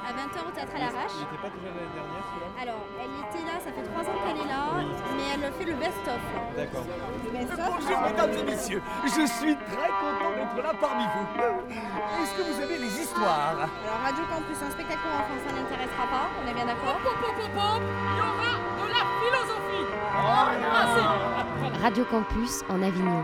à 20h au Théâtre à l'Arrache. Il n'était pas déjà l'année dernière celui-là? Alors, elle était là, ça fait 3 ans qu'elle est là, Oui. mais elle fait le best-of. D'accord. Le best-of. Bonjour mesdames et messieurs, je suis très content d'être là parmi vous. Est-ce que vous avez les histoires? Alors, Radio Campus, un spectacle pour enfants, ça n'intéressera pas, on est bien d'accord? Il y aura de la philosophie. Radio Campus en Avignon.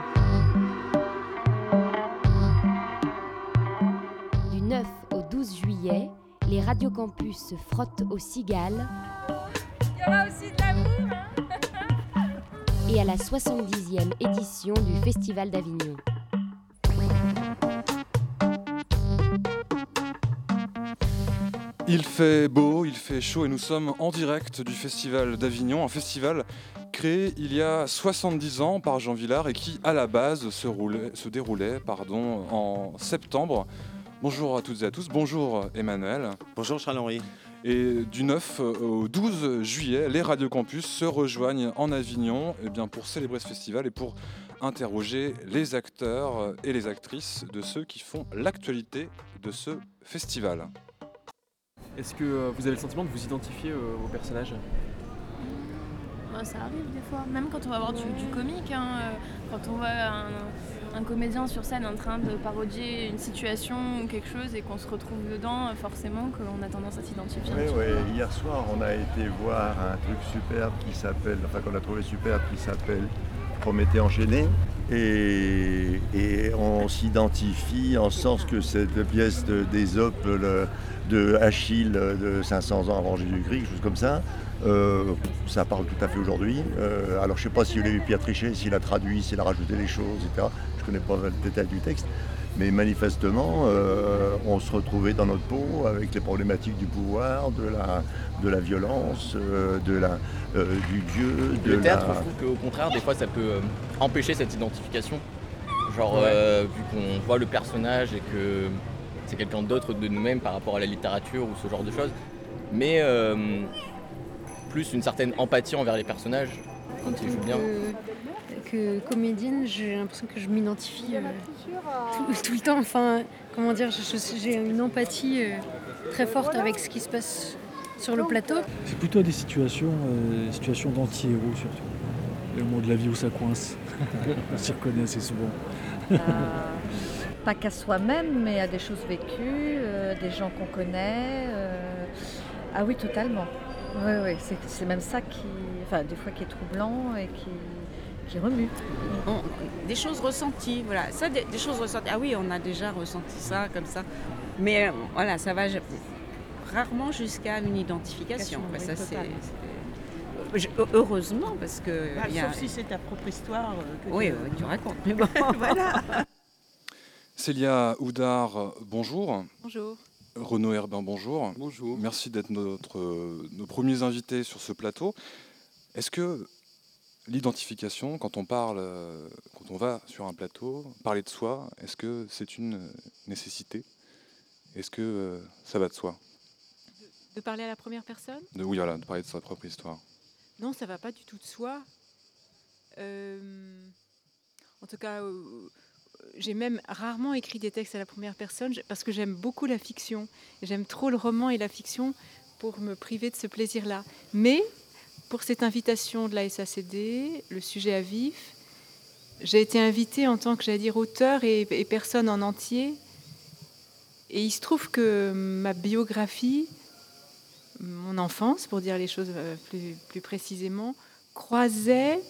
Du 9 au 12 juillet, les Radio Campus se frottent aux cigales. Il y aura aussi de l'amour. Et à la 70e édition du Festival d'Avignon. Il fait beau, il fait chaud et nous sommes en direct du Festival d'Avignon, un festival créé il y a 70 ans par Jean Vilar et qui à la base se déroulait en septembre. Bonjour à toutes et à tous, bonjour Emmanuel. Bonjour Charles-Henri. Et du 9 au 12 juillet, les Radio Campus se rejoignent en Avignon pour célébrer ce festival et pour interroger les acteurs et les actrices de ceux qui font l'actualité de ce festival. Est-ce que vous avez le sentiment de vous identifier aux personnages? Bah, ça arrive des fois, même quand on va voir du comique, quand on voit un comédien sur scène en train de parodier une situation ou quelque chose et qu'on se retrouve dedans, forcément que l'on a tendance à s'identifier. Oui, hier soir on a été voir un truc superbe qu'on a trouvé superbe qui s'appelle Prométhée enchaîné et on s'identifie en sens que cette pièce d'Ésope de Achille de 500 ans avant Jésus-Christ, quelque chose comme ça. Ça parle tout à fait aujourd'hui. Alors je ne sais pas s'il a eu Pierre Trichet, s'il a traduit, s'il a rajouté des choses, etc. Je ne connais pas le détail du texte. Mais manifestement, on se retrouvait dans notre peau avec les problématiques du pouvoir, de la violence, du Dieu. Le théâtre, je trouve qu'au contraire, des fois, ça peut empêcher cette identification. Genre, vu qu'on voit le personnage et que c'est quelqu'un d'autre de nous-mêmes par rapport à la littérature ou ce genre de choses. Mais plus une certaine empathie envers les personnages quand ils jouent bien. Que comédienne, j'ai l'impression que je m'identifie tout le temps. Enfin, comment dire, j'ai une empathie très forte avec ce qui se passe sur le plateau. C'est plutôt des situations d'anti-héros surtout. Le moment de la vie où ça coince. On s'y reconnaît assez souvent. Pas qu'à soi-même, mais à des choses vécues, des gens qu'on connaît. Ah oui, totalement. Oui, c'est même ça des fois qui est troublant et qui remue. Des choses ressenties, voilà. Ça, des choses ressenties. Ah oui, on a déjà ressenti ça comme ça. Mais voilà, ça va rarement jusqu'à une identification. Oui, ça, heureusement, parce que... Sauf si c'est ta propre histoire que tu racontes. Mais bon, voilà. Célia Houdard, bonjour. Bonjour. Renaud Herbin, bonjour. Bonjour. Merci d'être nos premiers invités sur ce plateau. Est-ce que l'identification, quand on va sur un plateau, parler de soi, est-ce que c'est une nécessité? Est-ce que ça va de soi? De parler à la première personne? Oui, voilà, de parler de sa propre histoire. Non, ça va pas du tout de soi. En tout cas, j'ai même rarement écrit des textes à la première personne parce que j'aime beaucoup la fiction. J'aime trop le roman et la fiction pour me priver de ce plaisir-là. Mais pour cette invitation de la SACD, le sujet à vif, j'ai été invitée en tant que, auteur et personne en entier. Et il se trouve que ma biographie, mon enfance, pour dire les choses plus précisément, croise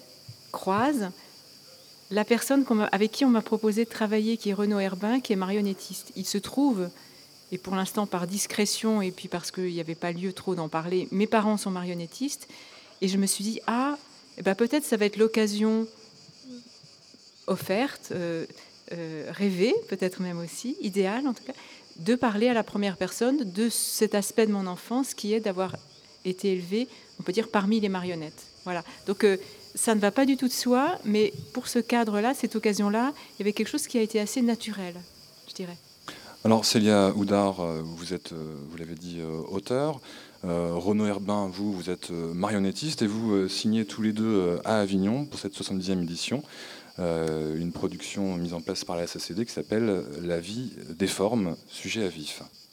la personne avec qui on m'a proposé de travailler, qui est Renaud Herbin, qui est marionnettiste. Il se trouve, et pour l'instant par discrétion, et puis parce qu'il n'y avait pas lieu trop d'en parler, mes parents sont marionnettistes, et je me suis dit, peut-être ça va être l'occasion offerte, rêvée, peut-être même aussi, idéale en tout cas, de parler à la première personne de cet aspect de mon enfance qui est d'avoir été élevée, on peut dire, parmi les marionnettes. Voilà. Donc, ça ne va pas du tout de soi, mais pour ce cadre-là, cette occasion-là, il y avait quelque chose qui a été assez naturel, je dirais. Alors Célia Houdard, vous êtes, vous l'avez dit, auteur. Renaud Herbin, vous êtes marionnettiste et vous signez tous les deux à Avignon pour cette 70e édition. Une production mise en place par la SACD qui s'appelle La vie des formes, sujet à vif.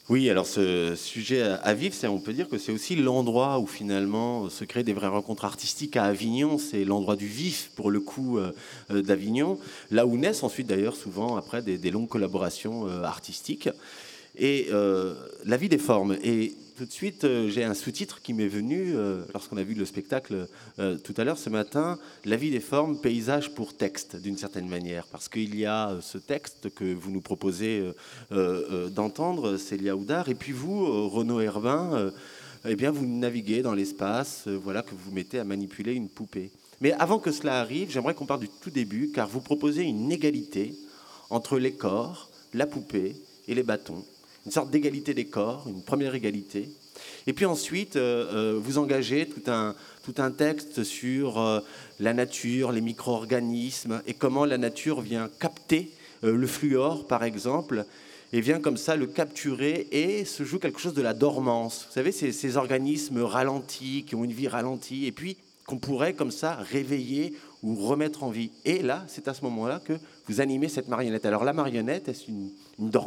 Oui, alors ce sujet à Vif, on peut dire que c'est aussi l'endroit où finalement se créent des vraies rencontres artistiques à Avignon. C'est l'endroit du vif, pour le coup, d'Avignon. Là où naissent ensuite d'ailleurs souvent après des longues collaborations artistiques. Et la vie des formes. Et tout de suite, j'ai un sous-titre qui m'est venu lorsqu'on a vu le spectacle tout à l'heure ce matin, la vie des formes, paysage pour texte, d'une certaine manière. Parce qu'il y a ce texte que vous nous proposez d'entendre, Célia Houdard, et puis vous, Renaud Herbin, eh bien, vous naviguez dans l'espace, voilà, que vous mettez à manipuler une poupée. Mais avant que cela arrive, j'aimerais qu'on parle du tout début, car vous proposez une égalité entre les corps, la poupée et les bâtons. Une sorte d'égalité des corps, une première égalité. Et puis ensuite, vous engagez tout un texte sur la nature, les micro-organismes, et comment la nature vient capter le fluor, par exemple, et vient comme ça le capturer, et se joue quelque chose de la dormance. Vous savez, ces organismes ralentis, qui ont une vie ralentie, et puis qu'on pourrait comme ça réveiller ou remettre en vie. Et là, c'est à ce moment-là que vous animez cette marionnette. Alors la marionnette, est-ce une dormance ?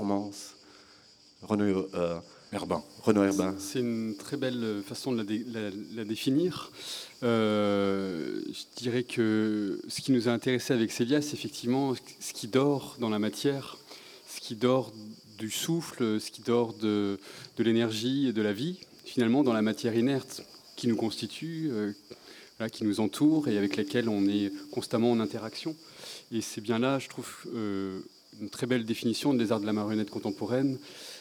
Renaud Herbin. C'est une très belle façon de la définir. Je dirais que ce qui nous a intéressé avec Célia, c'est effectivement ce qui dort dans la matière, ce qui dort du souffle, ce qui dort de l'énergie et de la vie, finalement dans la matière inerte qui nous constitue, qui nous entoure et avec laquelle on est constamment en interaction. Et c'est bien là, je trouve, une très belle définition des arts de la marionnette contemporaine.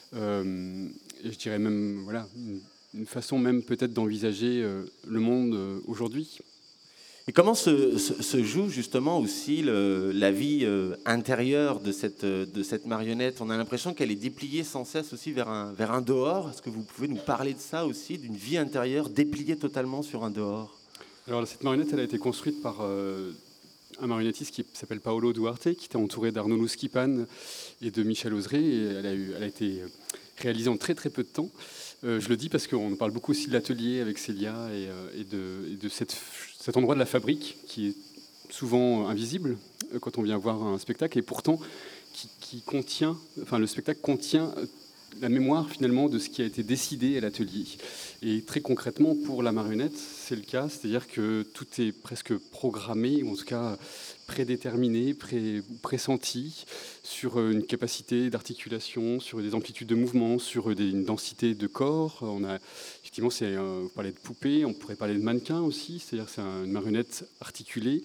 Et je dirais même une façon même peut-être d'envisager le monde aujourd'hui. Et comment se joue justement aussi la vie intérieure de cette marionnette ? On a l'impression qu'elle est dépliée sans cesse aussi vers un dehors. Est-ce que vous pouvez nous parler de ça aussi, d'une vie intérieure dépliée totalement sur un dehors ? Alors cette marionnette, elle a été construite par un marionnettiste qui s'appelle Paolo Duarte, qui était entouré d'Arnaud Louskipan et de Michel Auzeret. Et elle a été réalisée en très très peu de temps. Je le dis parce qu'on parle beaucoup aussi de l'atelier avec Célia et de cet endroit de la fabrique qui est souvent invisible quand on vient voir un spectacle, et pourtant qui contient, enfin le spectacle contient la mémoire finalement de ce qui a été décidé à l'atelier. Et très concrètement pour la marionnette, c'est le cas, c'est-à-dire que tout est presque programmé, ou en tout cas prédéterminé, pressenti sur une capacité d'articulation, sur des amplitudes de mouvement, sur une densité de corps. On a effectivement, vous parlez de poupée, on pourrait parler de mannequin aussi, c'est-à-dire que c'est une marionnette articulée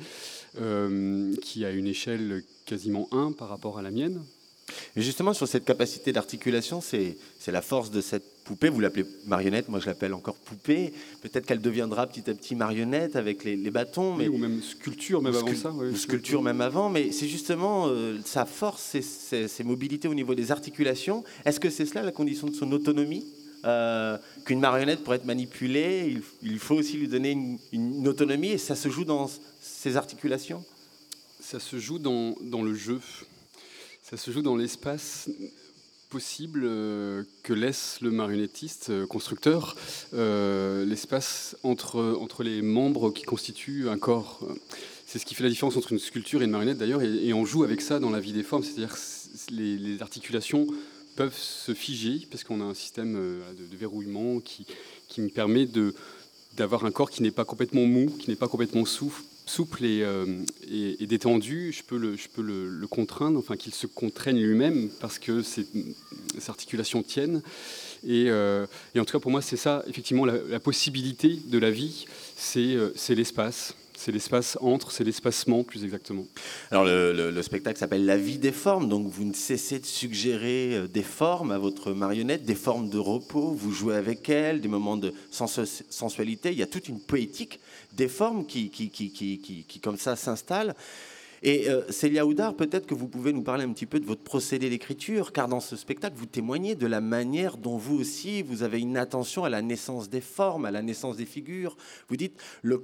qui a une échelle quasiment 1 par rapport à la mienne. Et justement, sur cette capacité d'articulation, c'est la force de cette poupée. Vous l'appelez marionnette, moi je l'appelle encore poupée. Peut-être qu'elle deviendra petit à petit marionnette avec les bâtons. Oui, ou même sculpture, même avant ça. Oui, sculpture même avant, mais c'est justement sa force, ses mobilités au niveau des articulations. Est-ce que c'est cela la condition de son autonomie ? Qu'une marionnette, pour être manipulée, il faut aussi lui donner une autonomie, et ça se joue dans ses articulations ? Ça se joue dans le jeu. Ça se joue dans l'espace possible que laisse le marionnettiste constructeur, l'espace entre les membres qui constituent un corps. C'est ce qui fait la différence entre une sculpture et une marionnette d'ailleurs, et on joue avec ça dans la vie des formes, c'est-à-dire les articulations peuvent se figer parce qu'on a un système de verrouillement qui me permet d'avoir un corps qui n'est pas complètement mou, qui n'est pas complètement souple et détendu. Je peux le contraindre, enfin qu'il se contraigne lui-même parce que ses articulations tiennent. Et en tout cas, pour moi, c'est ça, effectivement, la possibilité de la vie, c'est l'espace. C'est l'espace entre, c'est l'espacement plus exactement. Alors le spectacle s'appelle La vie des formes, donc vous ne cessez de suggérer des formes à votre marionnette, des formes de repos, vous jouez avec elle, des moments de sensualité, il y a toute une poétique des formes qui comme ça s'installent. Et Célia Houdard, peut-être que vous pouvez nous parler un petit peu de votre procédé d'écriture, car dans ce spectacle, vous témoignez de la manière dont vous aussi, vous avez une attention à la naissance des formes, à la naissance des figures. Vous dites,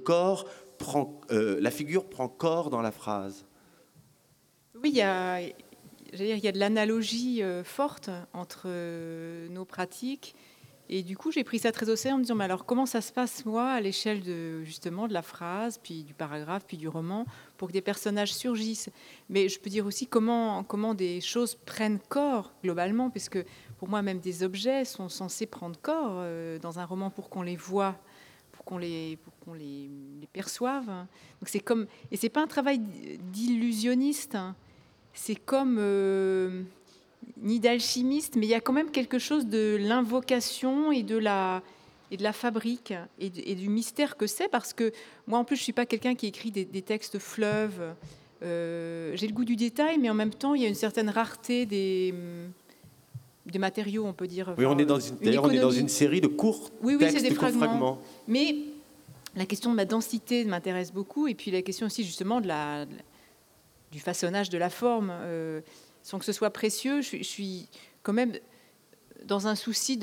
la figure prend corps dans la phrase. Oui, il y a de l'analogie forte entre nos pratiques Et du coup, j'ai pris ça très au sérieux en me disant, mais alors comment ça se passe, moi, à l'échelle justement de la phrase, puis du paragraphe, puis du roman, pour que des personnages surgissent. Mais je peux dire aussi comment des choses prennent corps, globalement, parce que pour moi, même des objets sont censés prendre corps dans un roman pour qu'on les voit, pour qu'on les perçoive. Donc c'est comme... Et c'est pas un travail d'illusionniste, hein. C'est comme... ni d'alchimiste, mais il y a quand même quelque chose de l'invocation et de la fabrique et du mystère que c'est, parce que moi en plus je suis pas quelqu'un qui écrit des textes fleuves. J'ai le goût du détail, mais en même temps il y a une certaine rareté des matériaux, on peut dire. Oui, on est dans une série de courts textes, c'est des de courts fragments. Mais la question de ma densité m'intéresse beaucoup, et puis la question aussi justement du façonnage de la forme. Sans que ce soit précieux, je suis quand même dans un souci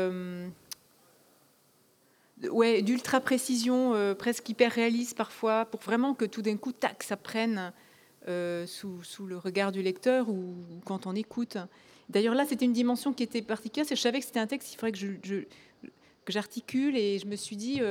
d'ultra précision, presque hyper réaliste parfois, pour vraiment que tout d'un coup, tac, ça prenne sous le regard du lecteur ou quand on écoute. D'ailleurs là, c'était une dimension qui était particulière, c'est que je savais que c'était un texte, il faudrait que j'articule, et je me suis dit...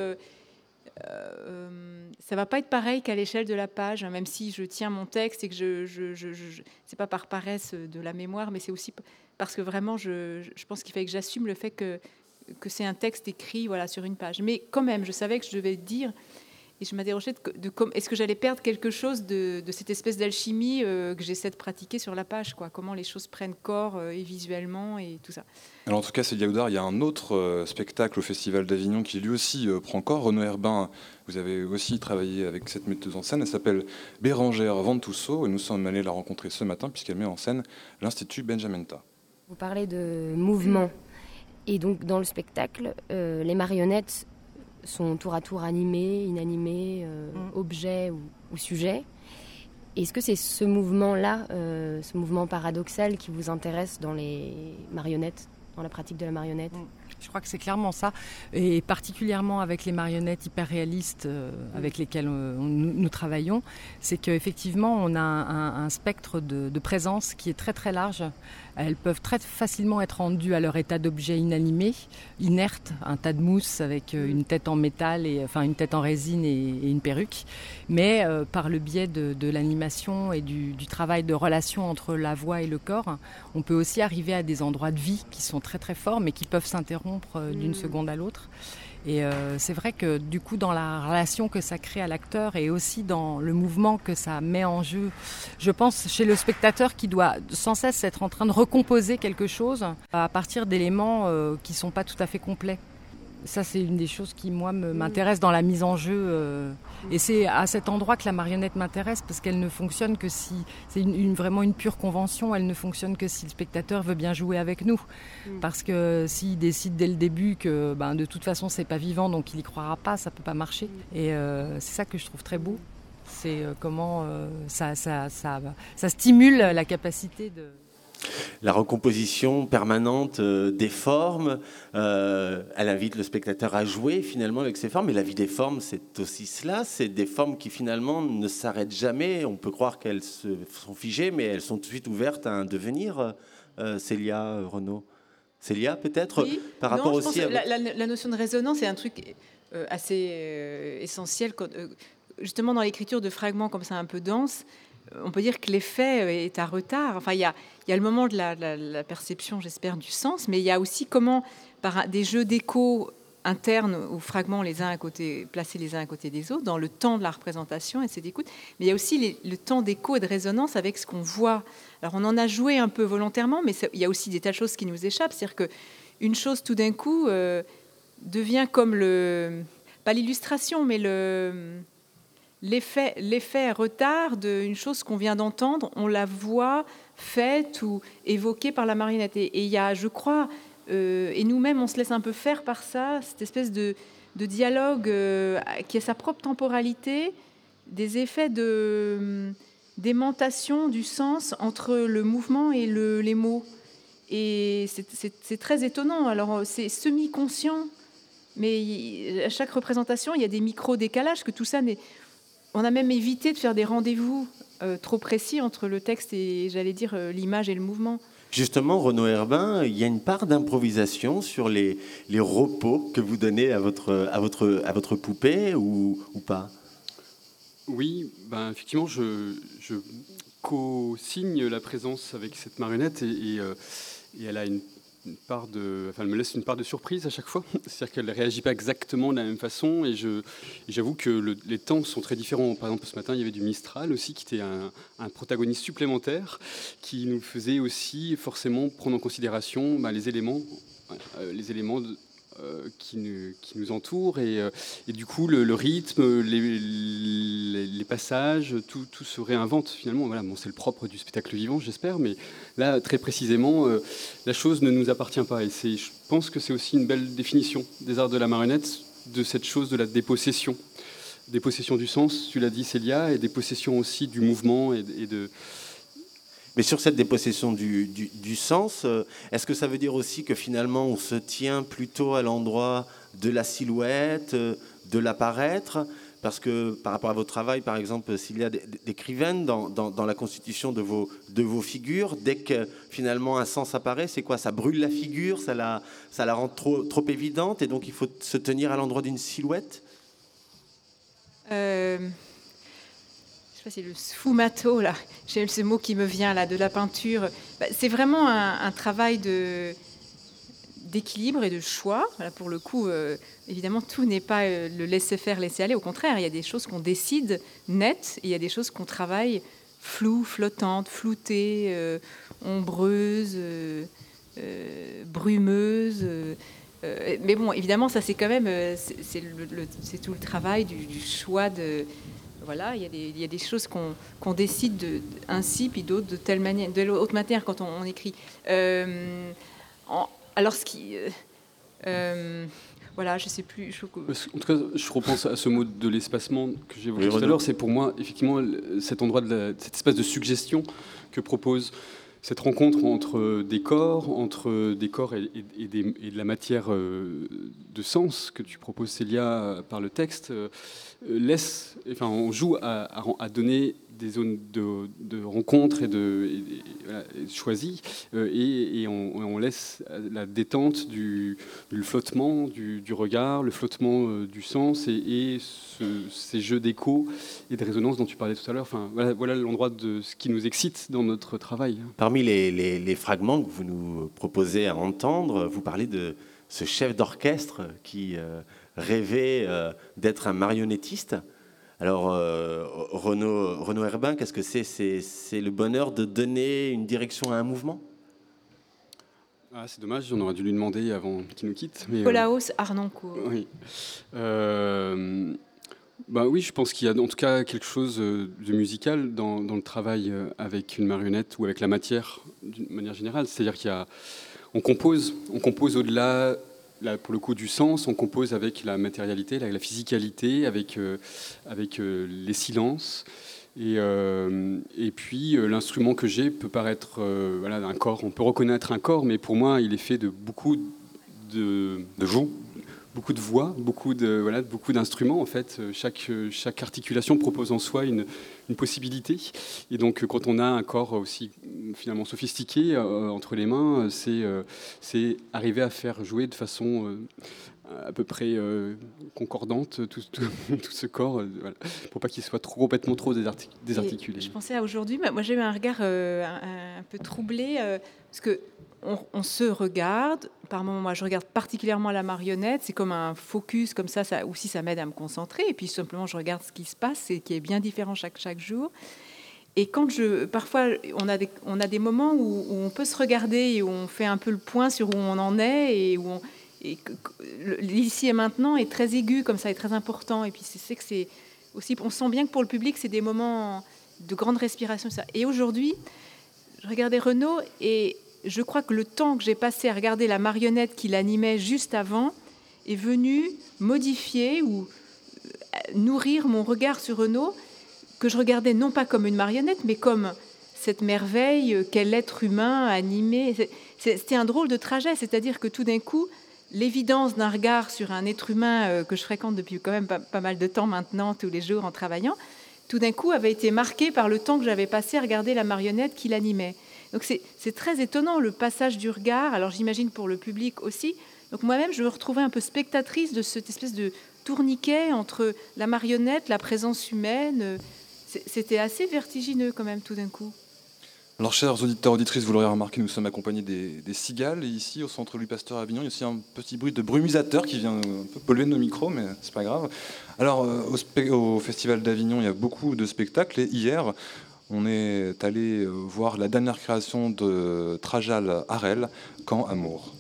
ça va pas être pareil qu'à l'échelle de la page, même si je tiens mon texte et que c'est pas par paresse de la mémoire, mais c'est aussi parce que vraiment je pense qu'il fallait que j'assume le fait que c'est un texte écrit sur une page. Mais quand même, je savais que je devais le dire, et je m'interrogeais est-ce que j'allais perdre quelque chose de cette espèce d'alchimie que j'essaie de pratiquer sur la page, quoi. Comment les choses prennent corps et visuellement et tout ça. Alors en tout cas, Célia Oudard, il y a un autre spectacle au Festival d'Avignon qui lui aussi prend corps. Renaud Herbin, vous avez aussi travaillé avec cette metteuse en scène. Elle s'appelle Bérangère Ventousseau, et nous sommes allés la rencontrer ce matin puisqu'elle met en scène l'Institut Benjamenta. Vous parlez de mouvement. Et donc dans le spectacle, les marionnettes sont tour à tour animés, inanimés, objets ou sujets. Est-ce que c'est ce mouvement-là, ce mouvement paradoxal qui vous intéresse dans les marionnettes, dans la pratique de la marionnette ? Je crois que c'est clairement ça, et particulièrement avec les marionnettes hyper réalistes avec lesquelles nous travaillons, c'est qu'effectivement on a un spectre de présence qui est très très large. Elles peuvent très facilement être rendues à leur état d'objet inanimé, inerte, un tas de mousse avec une tête en métal, une tête en résine et une perruque, mais par le biais de l'animation et du travail de relation entre la voix et le corps, on peut aussi arriver à des endroits de vie qui sont très très forts, mais qui peuvent s'interrompre d'une seconde à l'autre. Et c'est vrai que du coup, dans la relation que ça crée à l'acteur et aussi dans le mouvement que ça met en jeu, je pense chez le spectateur qui doit sans cesse être en train de recomposer quelque chose à partir d'éléments qui ne sont pas tout à fait complets. Ça, c'est une des choses qui, moi, m'intéresse dans la mise en jeu. Et c'est à cet endroit que la marionnette m'intéresse, parce qu'elle ne fonctionne que si... C'est vraiment une pure convention, elle ne fonctionne que si le spectateur veut bien jouer avec nous. Parce que s'il décide dès le début que de toute façon, c'est pas vivant, donc il n'y croira pas, ça ne peut pas marcher. Et c'est ça que je trouve très beau. C'est comment ça stimule la capacité de... La recomposition permanente des formes, elle invite le spectateur à jouer finalement avec ces formes. Et la vie des formes, c'est aussi cela. C'est des formes qui finalement ne s'arrêtent jamais. On peut croire qu'elles sont figées, mais elles sont tout de suite ouvertes à un devenir. Célia, Renaud. Célia, peut-être par rapport aussi à... La notion de résonance est un truc assez essentiel. Justement, dans l'écriture de fragments comme ça un peu denses, on peut dire que l'effet est à retard. Enfin, il y a le moment de la perception, j'espère, du sens, mais il y a aussi comment, par des jeux d'écho internes aux fragments placés les uns à côté des autres, dans le temps de la représentation et de cette écoute, mais il y a aussi le temps d'écho et de résonance avec ce qu'on voit. Alors, on en a joué un peu volontairement, mais il y a aussi des tas de choses qui nous échappent. C'est-à-dire qu'une chose, tout d'un coup, devient comme pas l'illustration, mais l'effet retard d'une chose qu'on vient d'entendre, on la voit faite ou évoquée par la marionnette. Et il y a, je crois, et nous-mêmes, on se laisse un peu faire par ça, cette espèce de dialogue qui a sa propre temporalité, des effets d'aimantation du sens entre le mouvement et les mots. Et c'est très étonnant. Alors, c'est semi-conscient, mais à chaque représentation, il y a des micro-décalages, que tout ça n'est... On a même évité de faire des rendez-vous trop précis entre le texte et, j'allais dire, l'image et le mouvement. Justement, Renaud Herbin, il y a une part d'improvisation sur les repos que vous donnez à votre poupée ou pas? Oui, effectivement, je co-signe la présence avec cette marionnette et elle a une part elle me laisse une part de surprise à chaque fois. C'est-à-dire qu'elle ne réagit pas exactement de la même façon et j'avoue que les temps sont très différents. Par exemple, ce matin, il y avait du Mistral aussi qui était un protagoniste supplémentaire qui nous faisait aussi forcément prendre en considération les éléments qui nous entourent et du coup le rythme, les passages, tout se réinvente finalement. Voilà, c'est le propre du spectacle vivant, j'espère, mais là très précisément la chose ne nous appartient pas et je pense que c'est aussi une belle définition des arts de la marionnette, de cette chose de la dépossession du sens, tu l'as dit Célia, et dépossession aussi du mouvement et de... Mais sur cette dépossession du sens, est-ce que ça veut dire aussi que finalement on se tient plutôt à l'endroit de la silhouette, de l'apparaître? Parce que par rapport à votre travail, par exemple, s'il y a d'écrivaines dans la constitution de vos figures, dès que finalement un sens apparaît, c'est quoi? Ça brûle la figure, ça la rend trop évidente et donc il faut se tenir à l'endroit d'une silhouette? Je sais pas si le sfumato, là, j'ai ce mot qui me vient là, de la peinture. C'est vraiment un travail d'équilibre et de choix. Voilà, pour le coup, évidemment, tout n'est pas le laisser faire, laisser aller. Au contraire, il y a des choses qu'on décide nettes et il y a des choses qu'on travaille floues, flottantes, floutées, ombreuses, brumeuses. Mais bon, évidemment, ça c'est quand même c'est tout le travail du choix de... Voilà, il y a des choses qu'on décide ainsi, puis d'autres de telle manière, de l'autre manière quand on écrit. Alors, ce qui... voilà, je sais plus... En tout cas, je repense à ce mot de l'espacement que j'évoquais tout à l'heure. C'est pour moi, effectivement, cet endroit, cet espace de suggestion que propose cette rencontre entre des corps et de la matière de sens que tu proposes, Célia, par le texte, on joue à donner des zones de rencontre et choisies, et on laisse la détente du flottement du regard, le flottement du sens et ces jeux d'écho et de résonance dont tu parlais tout à l'heure. Enfin, voilà l'endroit de ce qui nous excite dans notre travail. Parmi les fragments que vous nous proposez à entendre, vous parlez de ce chef d'orchestre qui rêvait d'être un marionnettiste. Alors, Renaud Herbin, qu'est-ce que c'est? C'est le bonheur de donner une direction à un mouvement? C'est dommage, on aurait dû lui demander avant qu'il nous quitte. Colaos Arnoncourt. Oui. Oui, je pense qu'il y a en tout cas quelque chose de musical dans le travail avec une marionnette ou avec la matière d'une manière générale. C'est-à-dire qu'on compose au-delà, là, pour le coup, du sens, on compose avec la matérialité, la physicalité, avec les silences. Et puis l'instrument que j'ai peut paraître un corps. On peut reconnaître un corps, mais pour moi, il est fait de beaucoup de voix, beaucoup d'instruments en fait. Chaque articulation propose en soi une possibilité. Et donc quand on a un corps aussi finalement sophistiqué entre les mains, c'est arriver à faire jouer de façon à peu près concordante tout ce corps, pour pas qu'il soit complètement trop désarticulé. Et je pensais à aujourd'hui, moi j'ai eu un regard un peu troublé, parce que on se regarde, par moments moi je regarde particulièrement la marionnette, c'est comme un focus comme ça aussi ça m'aide à me concentrer, et puis simplement je regarde ce qui se passe et qui est bien différent chaque jour. Et quand parfois on a des moments où on peut se regarder et où on fait un peu le point sur où on en est et l'ici et maintenant est très aigu comme ça, est très important, et puis c'est que c'est aussi, on sent bien que pour le public c'est des moments de grande respiration ça. Et aujourd'hui je regardais Renaud et je crois que le temps que j'ai passé à regarder la marionnette qui l'animait juste avant est venu modifier ou nourrir mon regard sur Renaud, que je regardais non pas comme une marionnette, mais comme cette merveille qu'est l'être humain animé. C'était un drôle de trajet, c'est-à-dire que tout d'un coup, l'évidence d'un regard sur un être humain que je fréquente depuis quand même pas mal de temps maintenant, tous les jours en travaillant, tout d'un coup avait été marquée par le temps que j'avais passé à regarder la marionnette qui l'animait. Donc c'est très étonnant le passage du regard, alors j'imagine pour le public aussi. Donc moi-même, je me retrouvais un peu spectatrice de cette espèce de tourniquet entre la marionnette, la présence humaine. C'était assez vertigineux quand même tout d'un coup. Alors, chers auditeurs, auditrices, vous l'aurez remarqué, nous sommes accompagnés des cigales. Et ici, au centre Louis Pasteur à Avignon, il y a aussi un petit bruit de brumisateur qui vient un peu polluer nos micros, mais c'est pas grave. Alors, au Festival d'Avignon, il y a beaucoup de spectacles. Et hier, on est allé voir la dernière création de Trajal Harel, Quand Amour.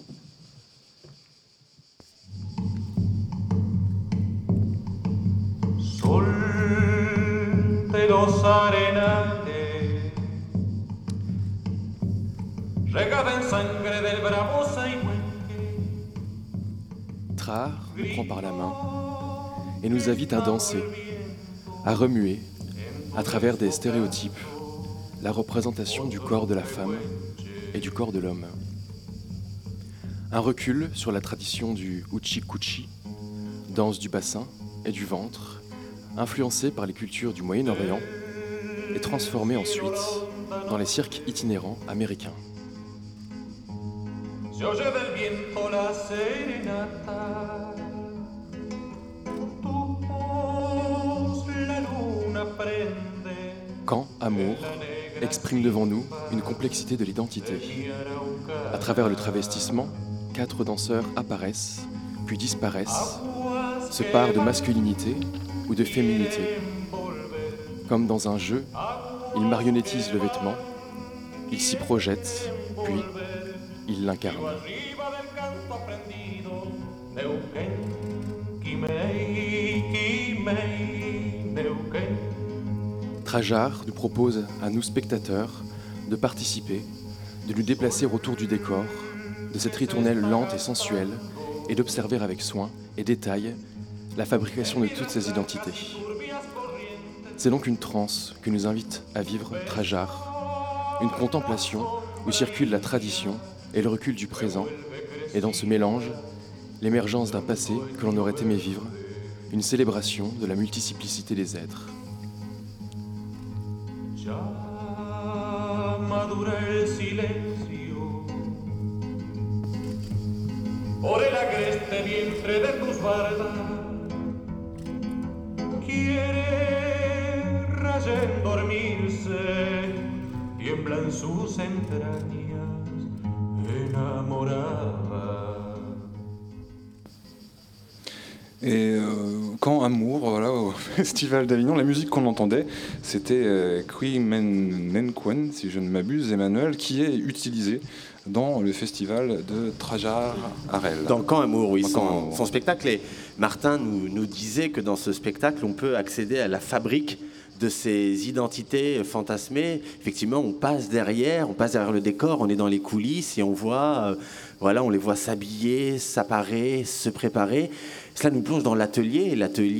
Sol de los arenales regada en sangre del bravo Saigüenque. Trar nous prend par la main et nous invite à danser, à remuer, à travers des stéréotypes, la représentation du corps de la femme et du corps de l'homme. Un recul sur la tradition du Uchi-Kuchi, danse du bassin et du ventre, influencée par les cultures du Moyen-Orient et transformée ensuite dans les cirques itinérants américains. Se oye del viento la serenata, tu voz la luna prende. Quand Amour exprime devant nous une complexité de l'identité. À travers le travestissement, 4 danseurs apparaissent, puis disparaissent, se parent de masculinité ou de féminité. Comme dans un jeu, ils marionnettisent le vêtement, ils s'y projettent, puis ils l'incarnent. Trajar nous propose à nous spectateurs de participer, de nous déplacer autour du décor, de cette ritournelle lente et sensuelle, et d'observer avec soin et détail la fabrication de toutes ces identités. C'est donc une transe que nous invite à vivre Trajar, une contemplation où circule la tradition et le recul du présent, et dans ce mélange, l'émergence d'un passé que l'on aurait aimé vivre, une célébration de la multiplicité des êtres. Madura el silencio por el agreste vientre de tus bardas, quiere rayen dormirse, tiembla en sus entrañas enamorada. Et Quand Amour, voilà, au Festival d'Avignon, la musique qu'on entendait, c'était Qui Menkwen, si je ne m'abuse, Emmanuel, qui est utilisé dans le festival de Trajar Harel. Dans Quand Amour, oui, son spectacle. Et Martin nous disait que dans ce spectacle, on peut accéder à la fabrique de ces identités fantasmées. Effectivement, on passe derrière le décor, on est dans les coulisses et on voit, on les voit s'habiller, s'apparer, se préparer. Cela nous plonge dans l'atelier,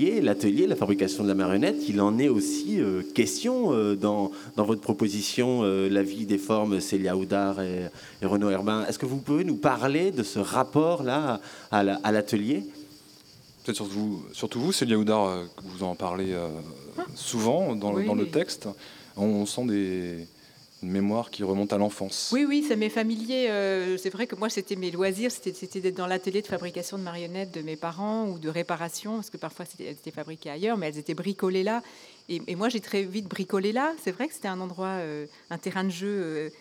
la fabrication de la marionnette. Il en est aussi question dans votre proposition, La vie des formes, Célia Houdard et Renaud Herbin. Est-ce que vous pouvez nous parler de ce rapport-là à l'atelier ? Peut-être surtout vous, Célia Houdard, que vous en parlez souvent dans le texte. On sent une mémoire qui remonte à l'enfance. Oui, ça m'est familier. C'est vrai que moi, c'était mes loisirs, c'était d'être dans l'atelier de fabrication de marionnettes de mes parents ou de réparation, parce que parfois, elles étaient fabriquées ailleurs, mais elles étaient bricolées là. Et moi, j'ai très vite bricolé là. C'est vrai que c'était un endroit, un terrain de jeu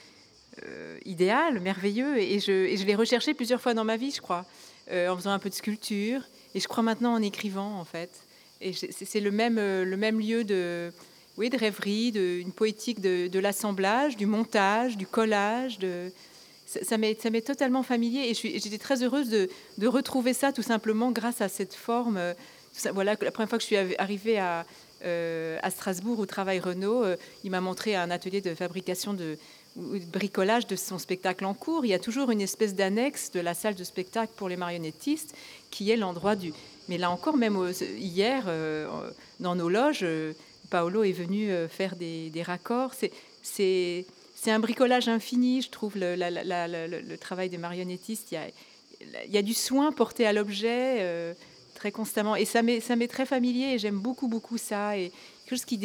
idéal, merveilleux. Et je l'ai recherché plusieurs fois dans ma vie, je crois, en faisant un peu de sculpture. Et je crois maintenant en écrivant, en fait. Et c'est le même lieu de rêverie, une poétique de l'assemblage, du montage, du collage. Ça m'est totalement familier. Et j'étais très heureuse de retrouver ça, tout simplement, grâce à cette forme. Voilà, la première fois que je suis arrivée à Strasbourg, où travaille Renaud, il m'a montré un atelier de fabrication de bricolage de son spectacle en cours. Il y a toujours une espèce d'annexe de la salle de spectacle pour les marionnettistes qui est l'endroit du... Mais là encore, même hier, dans nos loges, Paolo est venu faire des raccords. C'est un bricolage infini, je trouve, le travail des marionnettistes. Il y a du soin porté à l'objet très constamment. Et ça m'est très familier et j'aime beaucoup ça. Et quelque chose qui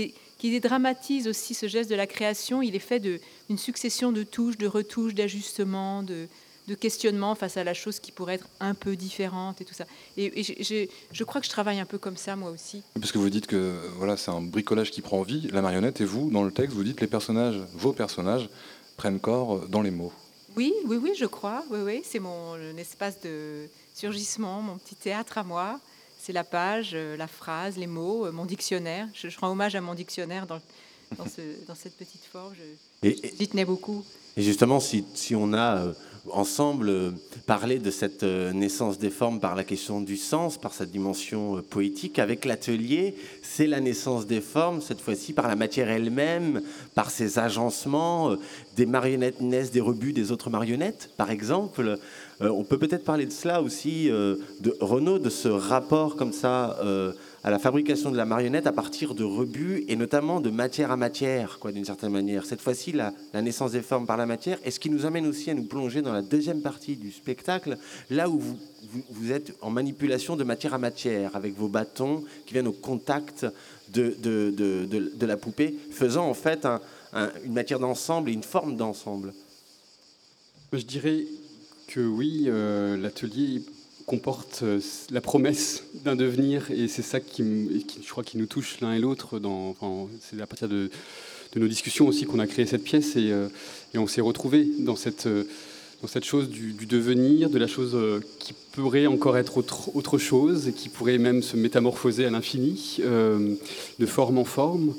qui dédramatise aussi ce geste de la création. Il est fait d'une succession de touches, de retouches, d'ajustements, de questionnements face à la chose qui pourrait être un peu différente et tout ça. Et je crois que je travaille un peu comme ça, moi aussi. Parce que vous dites que voilà, c'est un bricolage qui prend vie, la marionnette, et vous, dans le texte, vous dites que vos personnages prennent corps dans les mots. Oui, je crois. Oui, c'est mon espace de surgissement, mon petit théâtre à moi. C'est la page, la phrase, les mots, mon dictionnaire. Je rends hommage à mon dictionnaire dans cette petite forme. J'y tenais beaucoup. Et justement, si on a ensemble parlé de cette naissance des formes par la question du sens, par sa dimension poétique, avec l'atelier, c'est la naissance des formes, cette fois-ci par la matière elle-même, par ses agencements. Des marionnettes naissent des rebuts des autres marionnettes, par exemple. On peut peut-être parler de cela aussi, de Renaud, de ce rapport comme ça à la fabrication de la marionnette à partir de rebuts et notamment de matière à matière, d'une certaine manière. Cette fois-ci, la naissance des formes par la matière, et ce qui nous amène aussi à nous plonger dans la deuxième partie du spectacle, là où vous êtes en manipulation de matière à matière, avec vos bâtons qui viennent au contact de la poupée, faisant en fait une matière d'ensemble et une forme d'ensemble. Je dirais que oui, l'atelier comporte la promesse d'un devenir, et c'est ça je crois qui nous touche l'un et l'autre. C'est à partir de nos discussions aussi qu'on a créé cette pièce, et on s'est retrouvés dans cette chose du devenir, de la chose qui pourrait encore être autre chose, et qui pourrait même se métamorphoser à l'infini, de forme en forme.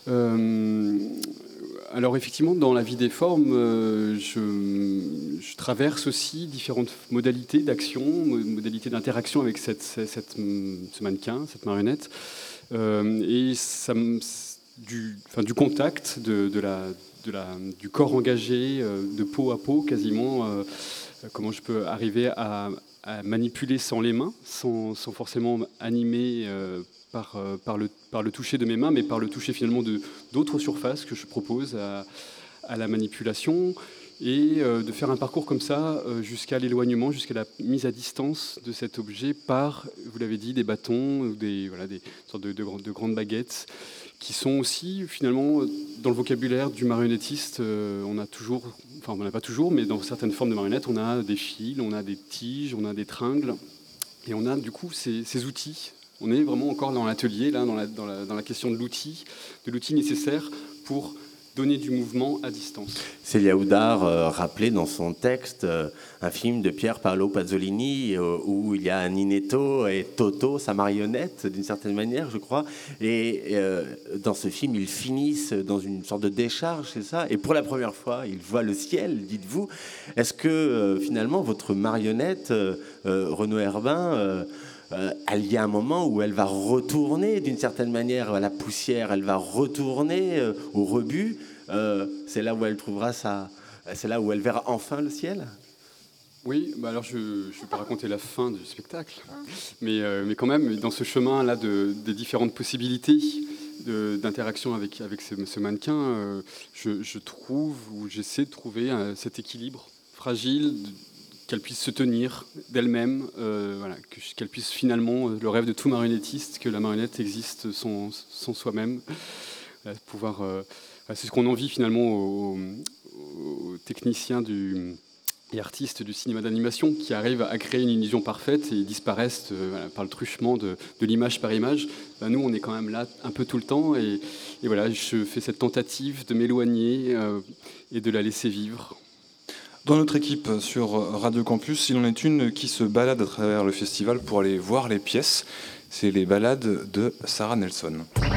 Alors effectivement, dans la vie des formes, je traverse aussi différentes modalités d'action, modalités d'interaction avec ce mannequin, cette marionnette, et du contact, du corps engagé, de peau à peau quasiment, comment je peux arriver à manipuler sans les mains, sans forcément animer par le toucher de mes mains, mais par le toucher finalement d'autres surfaces que je propose à la manipulation, et de faire un parcours comme ça jusqu'à l'éloignement, jusqu'à la mise à distance de cet objet par, vous l'avez dit, des bâtons, ou des sortes de grandes baguettes, qui sont aussi finalement dans le vocabulaire du marionnettiste. On n'a pas toujours, mais dans certaines formes de marionnettes, on a des fils, on a des tiges, on a des tringles, et on a du coup ces outils. On est vraiment encore dans l'atelier, là, dans la question de l'outil nécessaire pour donner du mouvement à distance. Célia Oudard rappelait dans son texte un film de Pier Paolo Pasolini où il y a Ninetto et Toto, sa marionnette, d'une certaine manière, je crois. Et dans ce film, ils finissent dans une sorte de décharge, c'est ça ? Et pour la première fois, ils voient le ciel, dites-vous. Est-ce que finalement, votre marionnette, Renaud Herbin, il y a un moment où elle va retourner d'une certaine manière à la poussière, elle va retourner au rebut. C'est là où elle trouvera c'est là où elle verra enfin le ciel. Oui, alors je ne vais pas raconter la fin du spectacle, mais quand même, dans ce chemin-là des différentes possibilités d'interaction avec ce mannequin, j'essaie de trouver cet équilibre fragile, qu'elle puisse se tenir d'elle-même, qu'elle puisse finalement, le rêve de tout marionnettiste, que la marionnette existe sans soi-même, c'est ce qu'on envie finalement aux techniciens et artistes du cinéma d'animation, qui arrivent à créer une illusion parfaite et disparaissent par le truchement de l'image par image. Nous, on est quand même là un peu tout le temps, et voilà, je fais cette tentative de m'éloigner et de la laisser vivre. Dans notre équipe sur Radio Campus, il en est une qui se balade à travers le festival pour aller voir les pièces. C'est les balades de Sarah Nelson.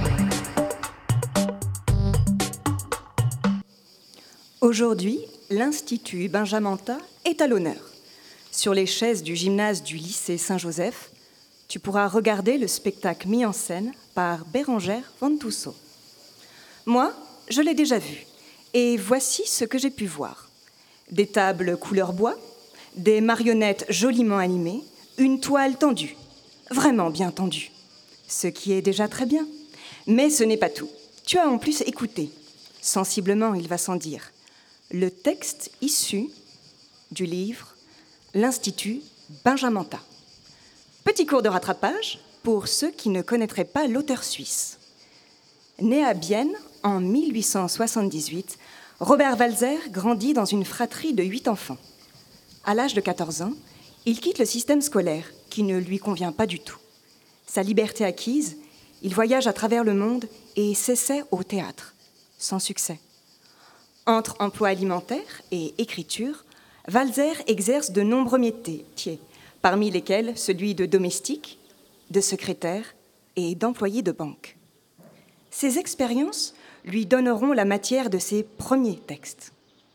Aujourd'hui, l'Institut Benjamin-Tat est à l'honneur. Sur les chaises du gymnase du lycée Saint-Joseph, tu pourras regarder le spectacle mis en scène par Bérangère Ventousso. Moi, je l'ai déjà vu, et voici ce que j'ai pu voir. Des tables couleur bois, des marionnettes joliment animées, une toile tendue, vraiment bien tendue, ce qui est déjà très bien. Mais ce n'est pas tout. Tu as en plus écouté, sensiblement il va sans dire, le texte issu du livre L'Institut Benjamin-Tat. Petit cours de rattrapage pour ceux qui ne connaîtraient pas l'auteur suisse. Né à Bienne en 1878, Robert Walser grandit dans une fratrie de 8 enfants. À l'âge de 14 ans, il quitte le système scolaire, qui ne lui convient pas du tout. Sa liberté acquise, il voyage à travers le monde et s'essaie au théâtre, sans succès. Entre emploi alimentaire et écriture, Walser exerce de nombreux métiers, parmi lesquels celui de domestique, de secrétaire et d'employé de banque. Ces expériences lui donneront la matière de ses premiers textes.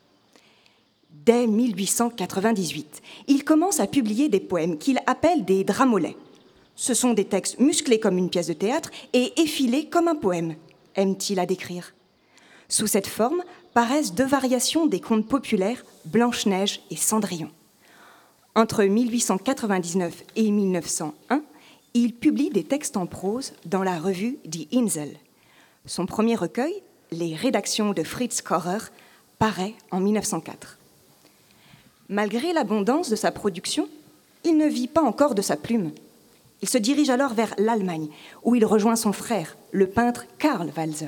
Dès 1898, il commence à publier des poèmes qu'il appelle des dramolets. Ce sont des textes musclés comme une pièce de théâtre et effilés comme un poème, aime-t-il à décrire. Sous cette forme paraissent 2 variations des contes populaires, Blanche-Neige et Cendrillon. Entre 1899 et 1901, il publie des textes en prose dans la revue Die Insel. Son premier recueil, Les rédactions de Fritz Korrer, paraît en 1904. Malgré l'abondance de sa production, il ne vit pas encore de sa plume. Il se dirige alors vers l'Allemagne, où il rejoint son frère, le peintre Karl Walser.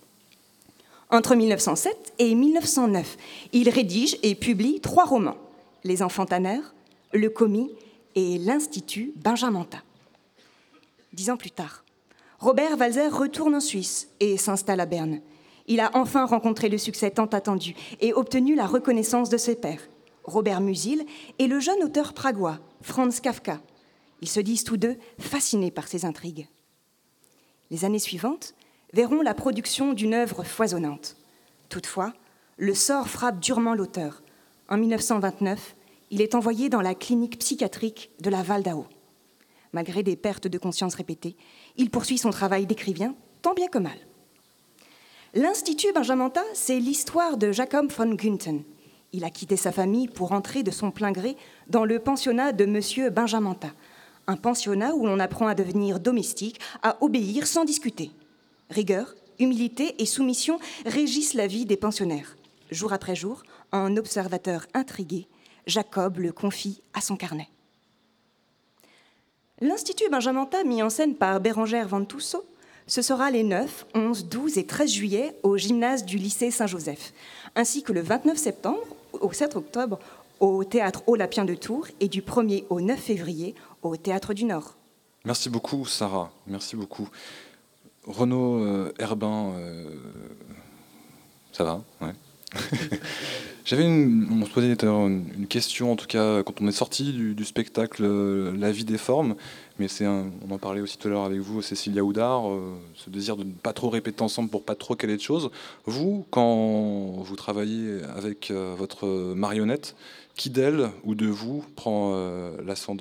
Entre 1907 et 1909, il rédige et publie 3 romans, Les Enfants tanneurs, Le Commis et L'Institut Benjamin-Tat. 10 ans plus tard, Robert Walser retourne en Suisse et s'installe à Berne. Il a enfin rencontré le succès tant attendu et obtenu la reconnaissance de ses pairs, Robert Musil et le jeune auteur pragois, Franz Kafka. Ils se disent tous deux fascinés par ses intrigues. Les années suivantes verront la production d'une œuvre foisonnante. Toutefois, le sort frappe durement l'auteur. En 1929, il est envoyé dans la clinique psychiatrique de la Waldau. Malgré des pertes de conscience répétées, il poursuit son travail d'écrivain, tant bien que mal. L'Institut Benjamin-Tat, c'est l'histoire de Jacob von Gunthen. Il a quitté sa famille pour entrer de son plein gré dans le pensionnat de M. Benjamin-Tat, un pensionnat où l'on apprend à devenir domestique, à obéir sans discuter. Rigueur, humilité et soumission régissent la vie des pensionnaires. Jour après jour, un observateur intrigué, Jacob le confie à son carnet. L'Institut Benjamin-Tat, mis en scène par Bérengère Van Toussaint, ce sera les 9, 11, 12 et 13 juillet au gymnase du lycée Saint-Joseph, ainsi que le 29 septembre au 7 octobre au Théâtre Olympien de Tours et du 1er au 9 février au Théâtre du Nord. Merci beaucoup, Sarah. Merci beaucoup. Renaud Herbin, ça va, ouais. On se posait une question, en tout cas, quand on est sorti du spectacle La vie des formes, mais on en parlait aussi tout à l'heure avec vous, Cécilia Houdard, ce désir de ne pas trop répéter ensemble pour pas trop caler de choses. Vous, quand vous travaillez avec votre marionnette, qui d'elle ou de vous prend l'ascendant ?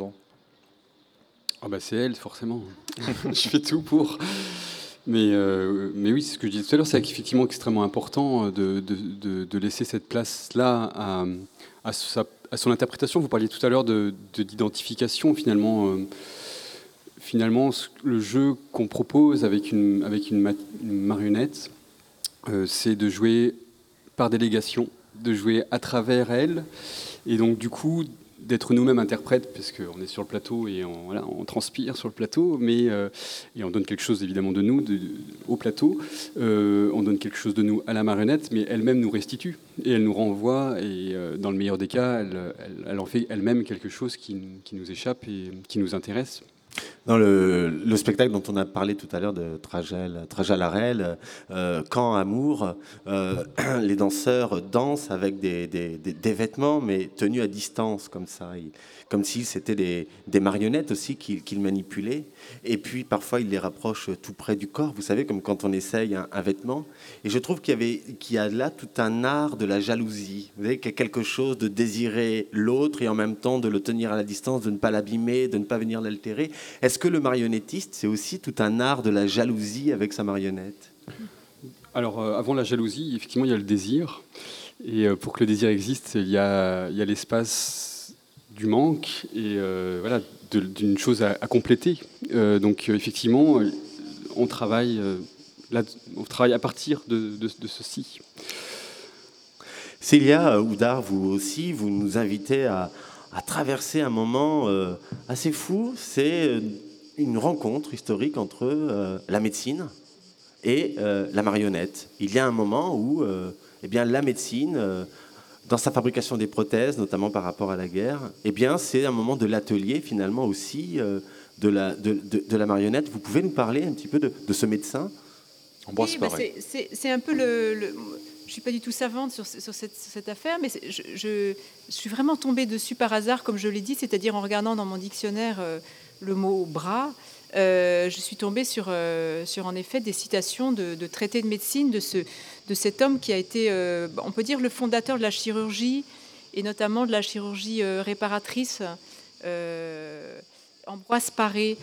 Ah bah c'est elle, forcément. Je fais tout pour... Mais oui, c'est ce que je disais tout à l'heure, c'est effectivement extrêmement important de laisser cette place-là à son interprétation. Vous parliez tout à l'heure d'identification, finalement. Finalement, le jeu qu'on propose avec une marionnette, c'est de jouer par délégation, de jouer à travers elle, et donc du coup d'être nous-mêmes interprètes, parce qu'on est sur le plateau et on transpire sur le plateau, et on donne quelque chose évidemment de nous au plateau, on donne quelque chose de nous à la marionnette, mais elle-même nous restitue, et elle nous renvoie, et dans le meilleur des cas, elle en fait elle-même quelque chose qui nous échappe et qui nous intéresse. Dans le spectacle dont on a parlé tout à l'heure de Trajal Arel, Quand Amour, les danseurs dansent avec des vêtements, mais tenus à distance, comme ça, comme si c'était des marionnettes aussi qu'ils manipulaient. Et puis parfois, ils les rapprochent tout près du corps, vous savez, comme quand on essaye un vêtement. Et je trouve qu'il y a là tout un art de la jalousie. Vous voyez, qu'il y a quelque chose de désirer l'autre et en même temps de le tenir à la distance, de ne pas l'abîmer, de ne pas venir l'altérer. Est-ce que le marionnettiste, c'est aussi tout un art de la jalousie avec sa marionnette ? Alors, avant la jalousie, effectivement, il y a le désir. Et pour que le désir existe, il y a l'espace du manque et d'une chose à compléter. Donc, effectivement, on travaille à partir de ceci. Célia Houdard, vous aussi, vous nous invitez à traverser un moment assez fou. C'est une rencontre historique entre la médecine et la marionnette. Il y a un moment où eh bien, la médecine, dans sa fabrication des prothèses, notamment par rapport à la guerre, eh bien, c'est un moment de l'atelier finalement aussi de la marionnette. Vous pouvez nous parler un petit peu de ce médecin ? Oui, c'est un peu je ne suis pas du tout savante sur cette affaire, mais je suis vraiment tombée dessus par hasard, comme je l'ai dit, c'est-à-dire en regardant dans mon dictionnaire le mot bras. Je suis tombée sur en effet des citations de traités de médecine de cet homme qui a été, on peut dire, le fondateur de la chirurgie, et notamment de la chirurgie réparatrice, Ambroise Paré.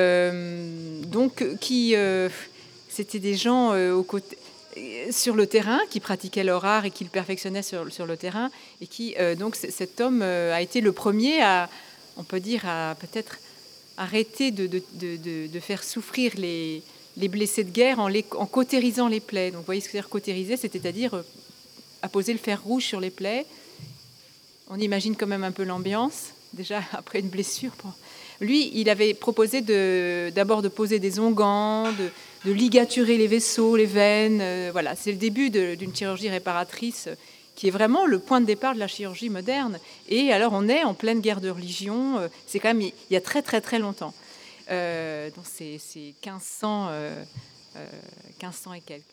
C'était des gens sur le terrain qui pratiquaient leur art et qui le perfectionnaient sur le terrain, et qui donc cet homme a été le premier à, on peut dire, à peut-être arrêter de faire souffrir les blessés de guerre en cautérisant les plaies. Donc vous voyez ce que c'est cautériser, c'est-à-dire apposer le fer rouge sur les plaies. On imagine quand même un peu l'ambiance, déjà après une blessure. Bon. Lui, il avait proposé d'abord de poser des onguents, de ligaturer les vaisseaux, les veines. Voilà, c'est le début d'une chirurgie réparatrice qui est vraiment le point de départ de la chirurgie moderne. Et alors, on est en pleine guerre de religion. C'est quand même il y a très, très, très longtemps. Donc, c'est 1500 et quelques.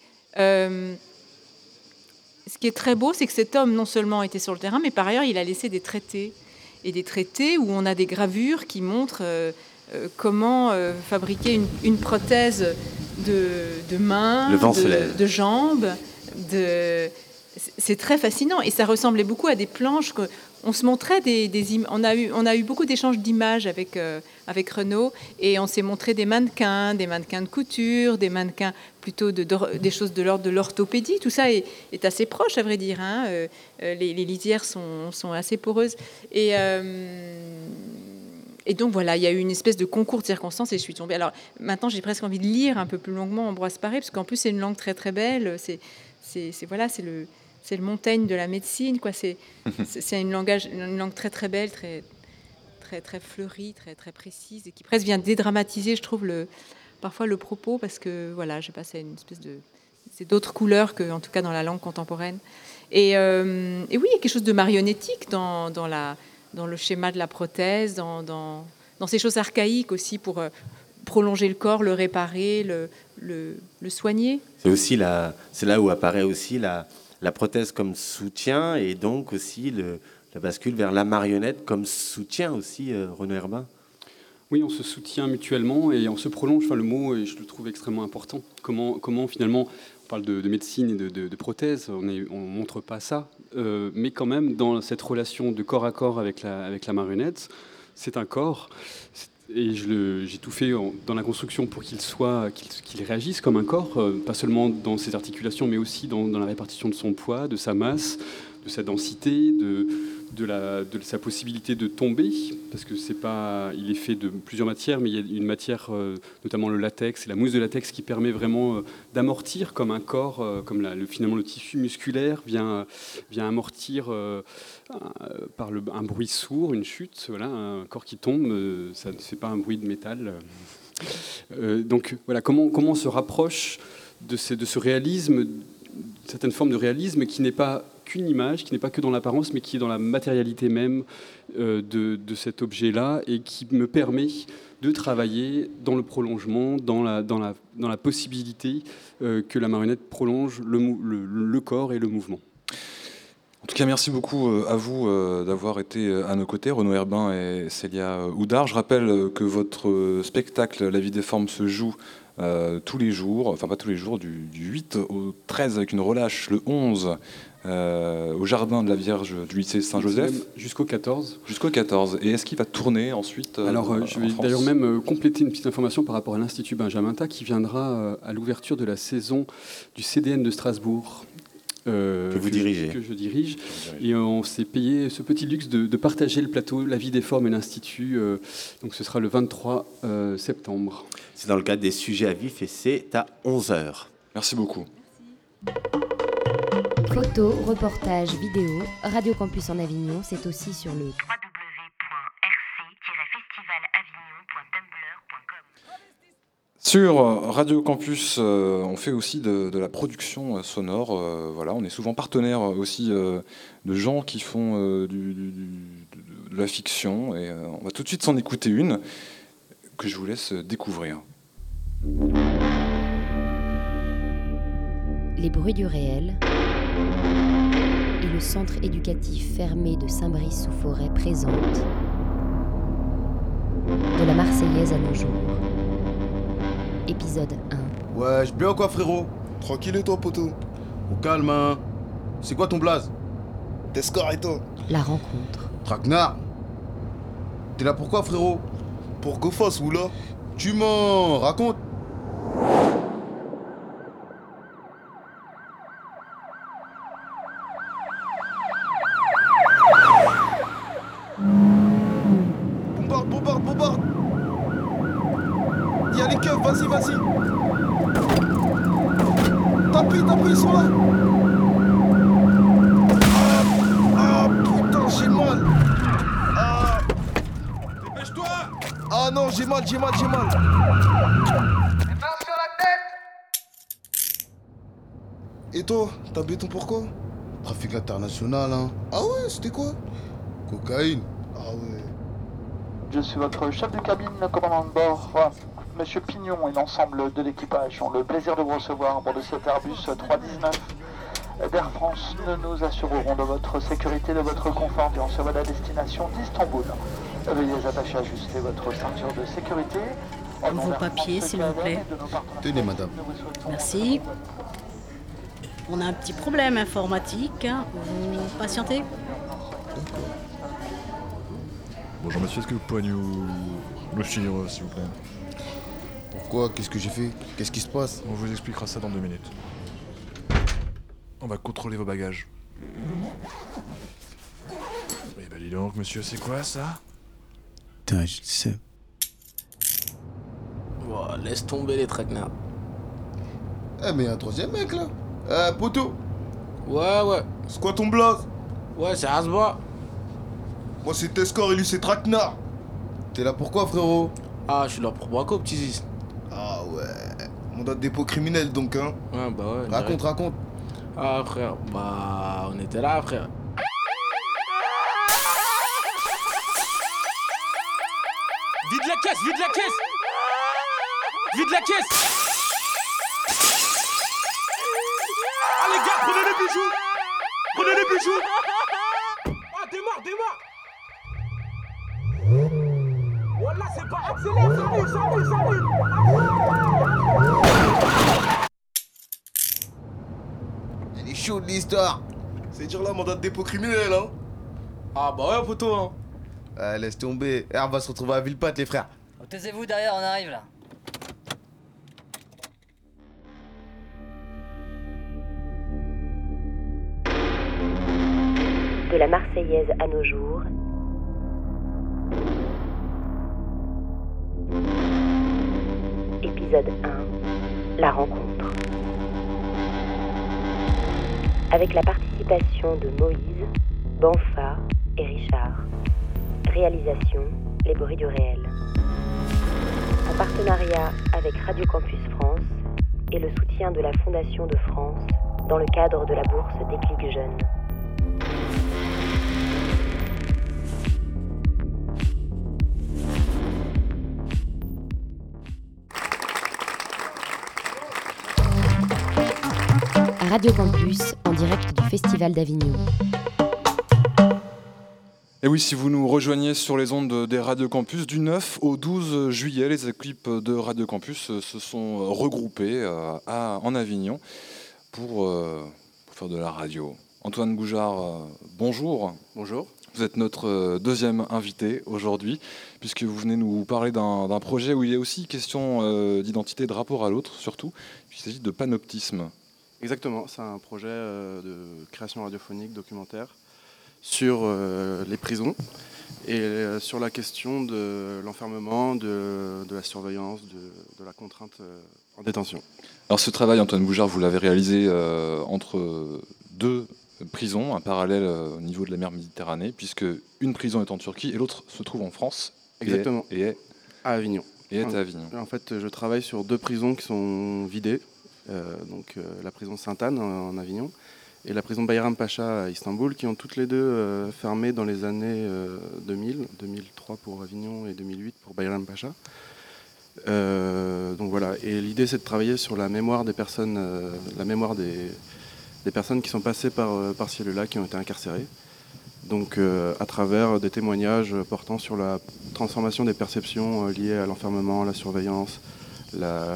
Ce qui est très beau, c'est que cet homme, non seulement était sur le terrain, mais par ailleurs, il a laissé des traités. Et des traités où on a des gravures qui montrent comment fabriquer une prothèse de main, de jambes. C'est très fascinant, et ça ressemblait beaucoup à des planches. On se montrait on a eu beaucoup d'échanges d'images avec Renaud, et on s'est montré des mannequins de couture, des mannequins plutôt des choses de l'ordre de l'orthopédie. Tout ça est assez proche, à vrai dire. Hein. Les lisières sont assez poreuses. Et donc voilà, il y a eu une espèce de concours de circonstances, et je suis tombée. Alors maintenant, j'ai presque envie de lire un peu plus longuement Ambroise Paré, parce qu'en plus c'est une langue très très belle. C'est le Montaigne de la médecine, quoi. C'est une langue très très belle, très très très fleurie, très très précise, et qui presque vient dédramatiser, je trouve, parfois le propos, parce que voilà, je passe à une espèce c'est d'autres couleurs que, en tout cas, dans la langue contemporaine. Et oui, il y a quelque chose de marionnettique dans le schéma de la prothèse, dans ces choses archaïques aussi, pour prolonger le corps, le réparer, le soigner. C'est là où apparaît aussi la prothèse comme soutien, et donc aussi la bascule vers la marionnette comme soutien aussi, Renaud Herbin. Oui, on se soutient mutuellement et on se prolonge. Enfin, le mot, je le trouve extrêmement important. Comment finalement, on parle de médecine et de prothèse, on montre pas ça, mais quand même dans cette relation de corps à corps avec la marionnette, c'est un corps. Et j'ai tout fait dans la construction pour qu'il réagisse comme un corps, pas seulement dans ses articulations, mais aussi dans la répartition de son poids, de sa masse, de sa densité, de sa possibilité de tomber, parce que il est fait de plusieurs matières, mais il y a une matière, notamment le latex et la mousse de latex, qui permet vraiment d'amortir comme un corps, comme finalement le tissu musculaire vient amortir par un bruit sourd, une chute, voilà, un corps qui tombe, ça ne fait pas un bruit de métal. Donc voilà, comment on se rapproche de ce réalisme, certaines formes de réalisme qui n'est pas qu'une image, qui n'est pas que dans l'apparence, mais qui est dans la matérialité même de cet objet-là, et qui me permet de travailler dans le prolongement, dans la possibilité que la marionnette prolonge le corps et le mouvement. En tout cas, merci beaucoup à vous d'avoir été à nos côtés, Renaud Herbin et Célia Houdard. Je rappelle que votre spectacle La vie des formes se joue tous les jours, enfin pas tous les jours, du 8 au 13 avec une relâche le 11 au jardin de la Vierge du lycée Saint-Joseph. Jusqu'au 14. Jusqu'au 14. Et est-ce qu'il va tourner ensuite Alors, je vais d'ailleurs même compléter une petite information par rapport à l'Institut Benjamin-Tat, qui viendra à l'ouverture de la saison du CDN de Strasbourg. Que je dirige. Et on s'est payé ce petit luxe de partager le plateau La vie des formes et l'Institut. Donc ce sera le 23 septembre. C'est dans le cadre des sujets à vif, et c'est à 11h. Merci beaucoup. Photos, reportages, vidéos, Radio Campus en Avignon, c'est aussi sur le Sur Radio Campus, on fait aussi de la production sonore. Voilà, on est souvent partenaire aussi de gens qui font de la fiction. Et on va tout de suite s'en écouter une que je vous laisse découvrir. Les bruits du réel et le centre éducatif fermé de Saint-Brice-sous-Forêt présente de la Marseillaise à nos jours. Épisode 1. Ouais, je bien quoi frérot? Tranquille et toi poteau? Au calme hein. C'est quoi ton blaze? T'es score et toi? La rencontre. Traquenard. T'es là pourquoi frérot? Pour Gofos ou là? Tu mens, raconte. Bombarde. Y'a les keufs, vas-y. T'appuies, ils sont là. Ah, putain, j'ai mal. Dépêche-toi. Ah non, j'ai mal. Les mains sur la tête. Et toi, t'as béton pourquoi? Trafic international, hein. Ah ouais, c'était quoi? Cocaïne. Ah ouais. Je suis votre chef de cabine, le commandant de bord, Monsieur Pignon et l'ensemble de l'équipage ont le plaisir de vous recevoir à bord de cet Airbus 319 d'Air France. Nous assurerons de votre sécurité et de votre confort durant ce vol à destination d'Istanbul. Veuillez attacher à ajuster votre ceinture de sécurité. Vos papiers, s'il vous plaît. Tenez, madame. Merci. On a un petit problème informatique. Hein. Vous patientez? Bonjour monsieur, est-ce que vous pouvez nous suivre s'il vous plaît? Pourquoi? Qu'est-ce que j'ai fait? Qu'est-ce qui se passe? On vous expliquera ça dans 2 minutes. On va contrôler vos bagages. Eh ben dis donc monsieur, c'est quoi ça? Putain, je sais. Oh, laisse tomber les traquenards. Eh mais y'a un troisième mec là. Poteau. Ouais. C'est quoi ton blaze? Ouais, c'est Asba. Moi c'est Tescor et lui c'est Traquenard. T'es là pourquoi frérot? Ah, je suis là pour Braco, petit Ziz. Ah ouais. Mandat de dépôt criminel donc hein. Ouais, bah ouais. Raconte. Ah frère, bah on était là frère. Vide la caisse. Ah les gars, prenez les bijoux. Ah, démarre. Voilà, c'est pas accélère, j'arrive. Elle est chaude l'histoire. C'est dire là mandat de dépôt criminel hein. Ah bah ouais poteau hein. Laisse tomber. On va se retrouver à Villepinte les frères. Taisez-vous derrière, on arrive là. De la Marseillaise à nos jours. Épisode 1. La rencontre. Avec la participation de Moïse, Banfa et Richard. Réalisation, Les bruits du réel. En partenariat avec Radio Campus France et le soutien de la Fondation de France dans le cadre de la bourse Déclic Jeunes. Radio Campus, en direct du Festival d'Avignon. Et oui, si vous nous rejoignez sur les ondes des Radio Campus, du 9 au 12 juillet, les équipes de Radio Campus se sont regroupées en Avignon pour faire de la radio. Antoine Goujard, bonjour. Bonjour. Vous êtes notre deuxième invité aujourd'hui, puisque vous venez nous parler d'un projet où il y a aussi question d'identité, de rapport à l'autre, surtout. Il s'agit de Panoptisme. Exactement, c'est un projet de création radiophonique, documentaire, sur les prisons et sur la question de l'enfermement, de la surveillance, de la contrainte en détention. Alors ce travail, Antoine Goujard, vous l'avez réalisé entre deux prisons, un parallèle au niveau de la mer Méditerranée, puisque une prison est en Turquie et l'autre se trouve en France. Exactement. Et est à Avignon. Et à Avignon. En fait, je travaille sur 2 prisons qui sont vidées. La prison Sainte-Anne en Avignon et la prison Bayram Pacha à Istanbul, qui ont toutes les deux fermé dans les années 2003 pour Avignon et 2008 pour Bayram Pacha. Donc voilà. Et l'idée, c'est de travailler sur la mémoire des personnes, des personnes qui sont passées par ces lieux-là, qui ont été incarcérées. Donc à travers des témoignages portant sur la transformation des perceptions liées à l'enfermement, la surveillance, la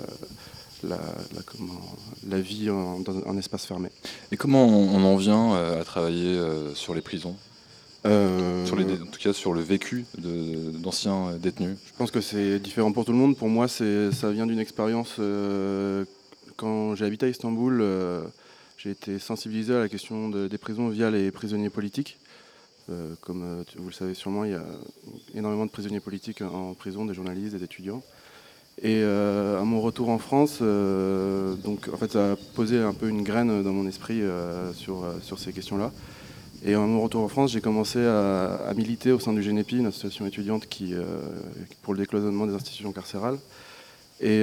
vie dans un espace fermé. Et comment on en vient à travailler sur les prisons, en tout cas sur le vécu d'anciens détenus? Je pense que c'est différent pour tout le monde. Pour moi, ça vient d'une expérience. Quand j'ai habité à Istanbul, j'ai été sensibilisé à la question des prisons via les prisonniers politiques. Comme vous le savez sûrement, il y a énormément de prisonniers politiques en prison, des journalistes, des étudiants. Et à mon retour en France, en fait, ça a posé un peu une graine dans mon esprit sur ces questions-là. Et à mon retour en France, j'ai commencé à militer au sein du GENEPI, une association étudiante pour le décloisonnement des institutions carcérales. Et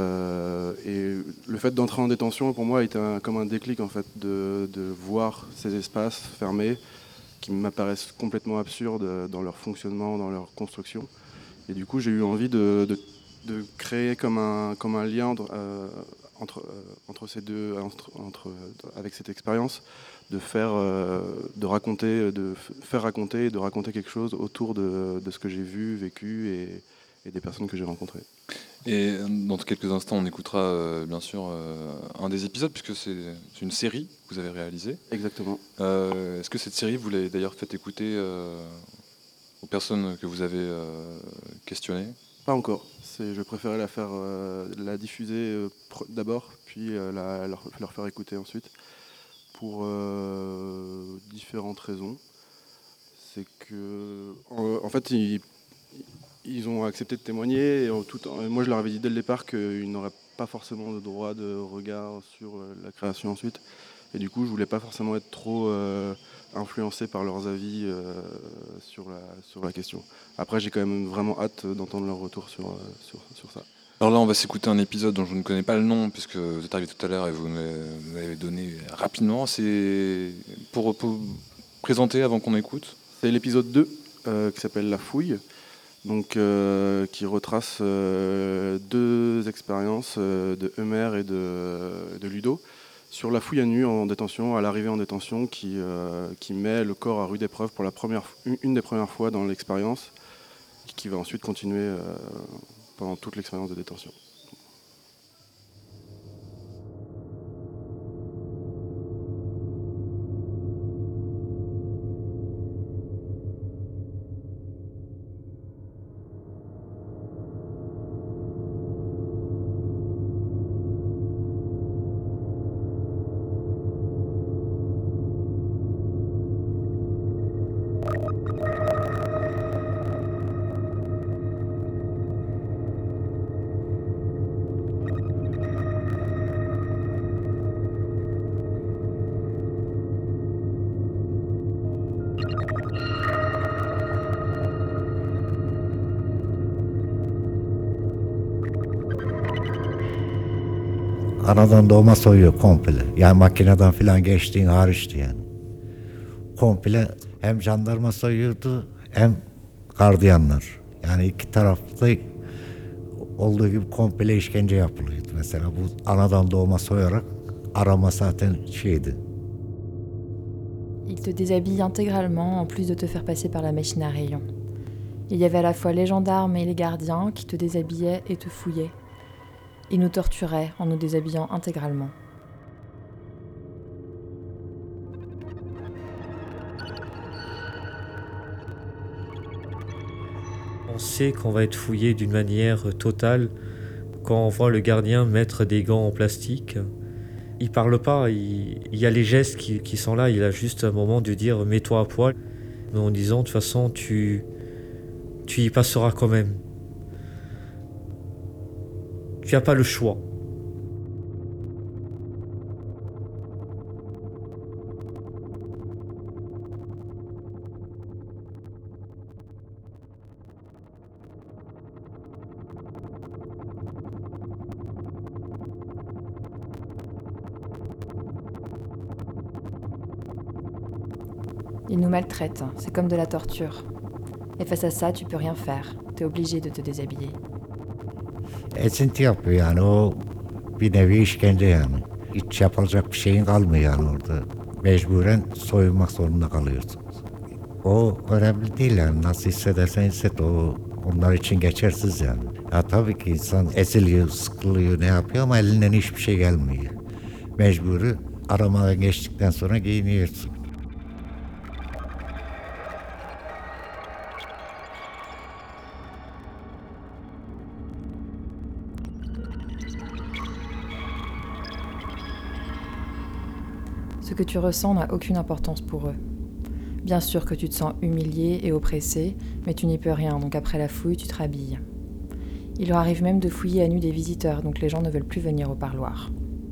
le fait d'entrer en détention, pour moi, a été comme un déclic en fait, de voir ces espaces fermés qui m'apparaissent complètement absurdes dans leur fonctionnement, dans leur construction. Et du coup, j'ai eu envie de créer comme un lien entre ces deux, avec cette expérience, de faire raconter et de raconter quelque chose autour de ce que j'ai vu, vécu et des personnes que j'ai rencontrées. Et dans quelques instants, on écoutera bien sûr un des épisodes, puisque c'est une série que vous avez réalisée. Exactement. Est-ce que cette série, vous l'avez d'ailleurs fait écouter aux personnes que vous avez questionnées? Pas encore. Je préférais la diffuser d'abord, puis leur faire écouter ensuite, pour différentes raisons. C'est que, en fait, ils ont accepté de témoigner, et moi je leur avais dit dès le départ qu'ils n'auraient pas forcément de droit de regard sur la création ensuite. Et du coup, je voulais pas forcément être trop influencé par leurs avis sur la question. Après, j'ai quand même vraiment hâte d'entendre leur retour sur ça. Alors là, on va s'écouter un épisode dont je ne connais pas le nom, puisque vous êtes arrivé tout à l'heure et vous me l'avez donné rapidement. C'est pour présenter avant qu'on écoute. C'est l'épisode 2 qui s'appelle La Fouille, donc, qui retrace 2 expériences de Eumer et de Ludo sur la fouille à nu en détention, à l'arrivée en détention, qui met le corps à rude épreuve pour une des premières fois dans l'expérience, qui va ensuite continuer pendant toute l'expérience de détention. Anadan doğma soyuyor komple. Yani makineden filan geçtiğin hariçti yani. Komple hem jandarma soyuyordu hem gardiyanlar. Yani iki tarafta olduğu gibi komple işkence yapılıyordu. Mesela bu anadan doğma soyarak arama zaten şeydi. Il te déshabille intégralement en plus de te faire passer par la machine à rayons. Il y avait à la fois les gendarmes et les gardiens qui te déshabillaient et te fouillaient. Ils nous torturaient en nous déshabillant intégralement. On sait qu'on va être fouillé d'une manière totale quand on voit le gardien mettre des gants en plastique. Il parle pas, il y a les gestes qui sont là, il a juste un moment de dire « mets-toi à poil », mais en disant « de toute façon, tu y passeras quand même ». Tu n'as pas le choix. Ils nous maltraitent, c'est comme de la torture. Et face à ça, tu peux rien faire. T'es obligé de te déshabiller. Esinti yapıyor yani o bir nevi işkence yani. Hiç yapılacak bir şeyin kalmıyor yani orada. Mecburen soyunmak zorunda kalıyorsunuz. O önemli değil yani nasıl hissedersen hisset o onlar için geçersiz yani. Ya tabii ki insan eziliyor, sıkılıyor ne yapıyor ama elinden hiçbir şey gelmiyor. Mecburi aramadan geçtikten sonra giyiniyorsun. Ce que tu ressens n'a aucune importance pour eux. Bien sûr que tu te sens humilié et oppressé, mais tu n'y peux rien, donc après la fouille, tu te rhabilles. Il leur arrive même de fouiller à nu des visiteurs, donc les gens ne veulent plus venir au parloir.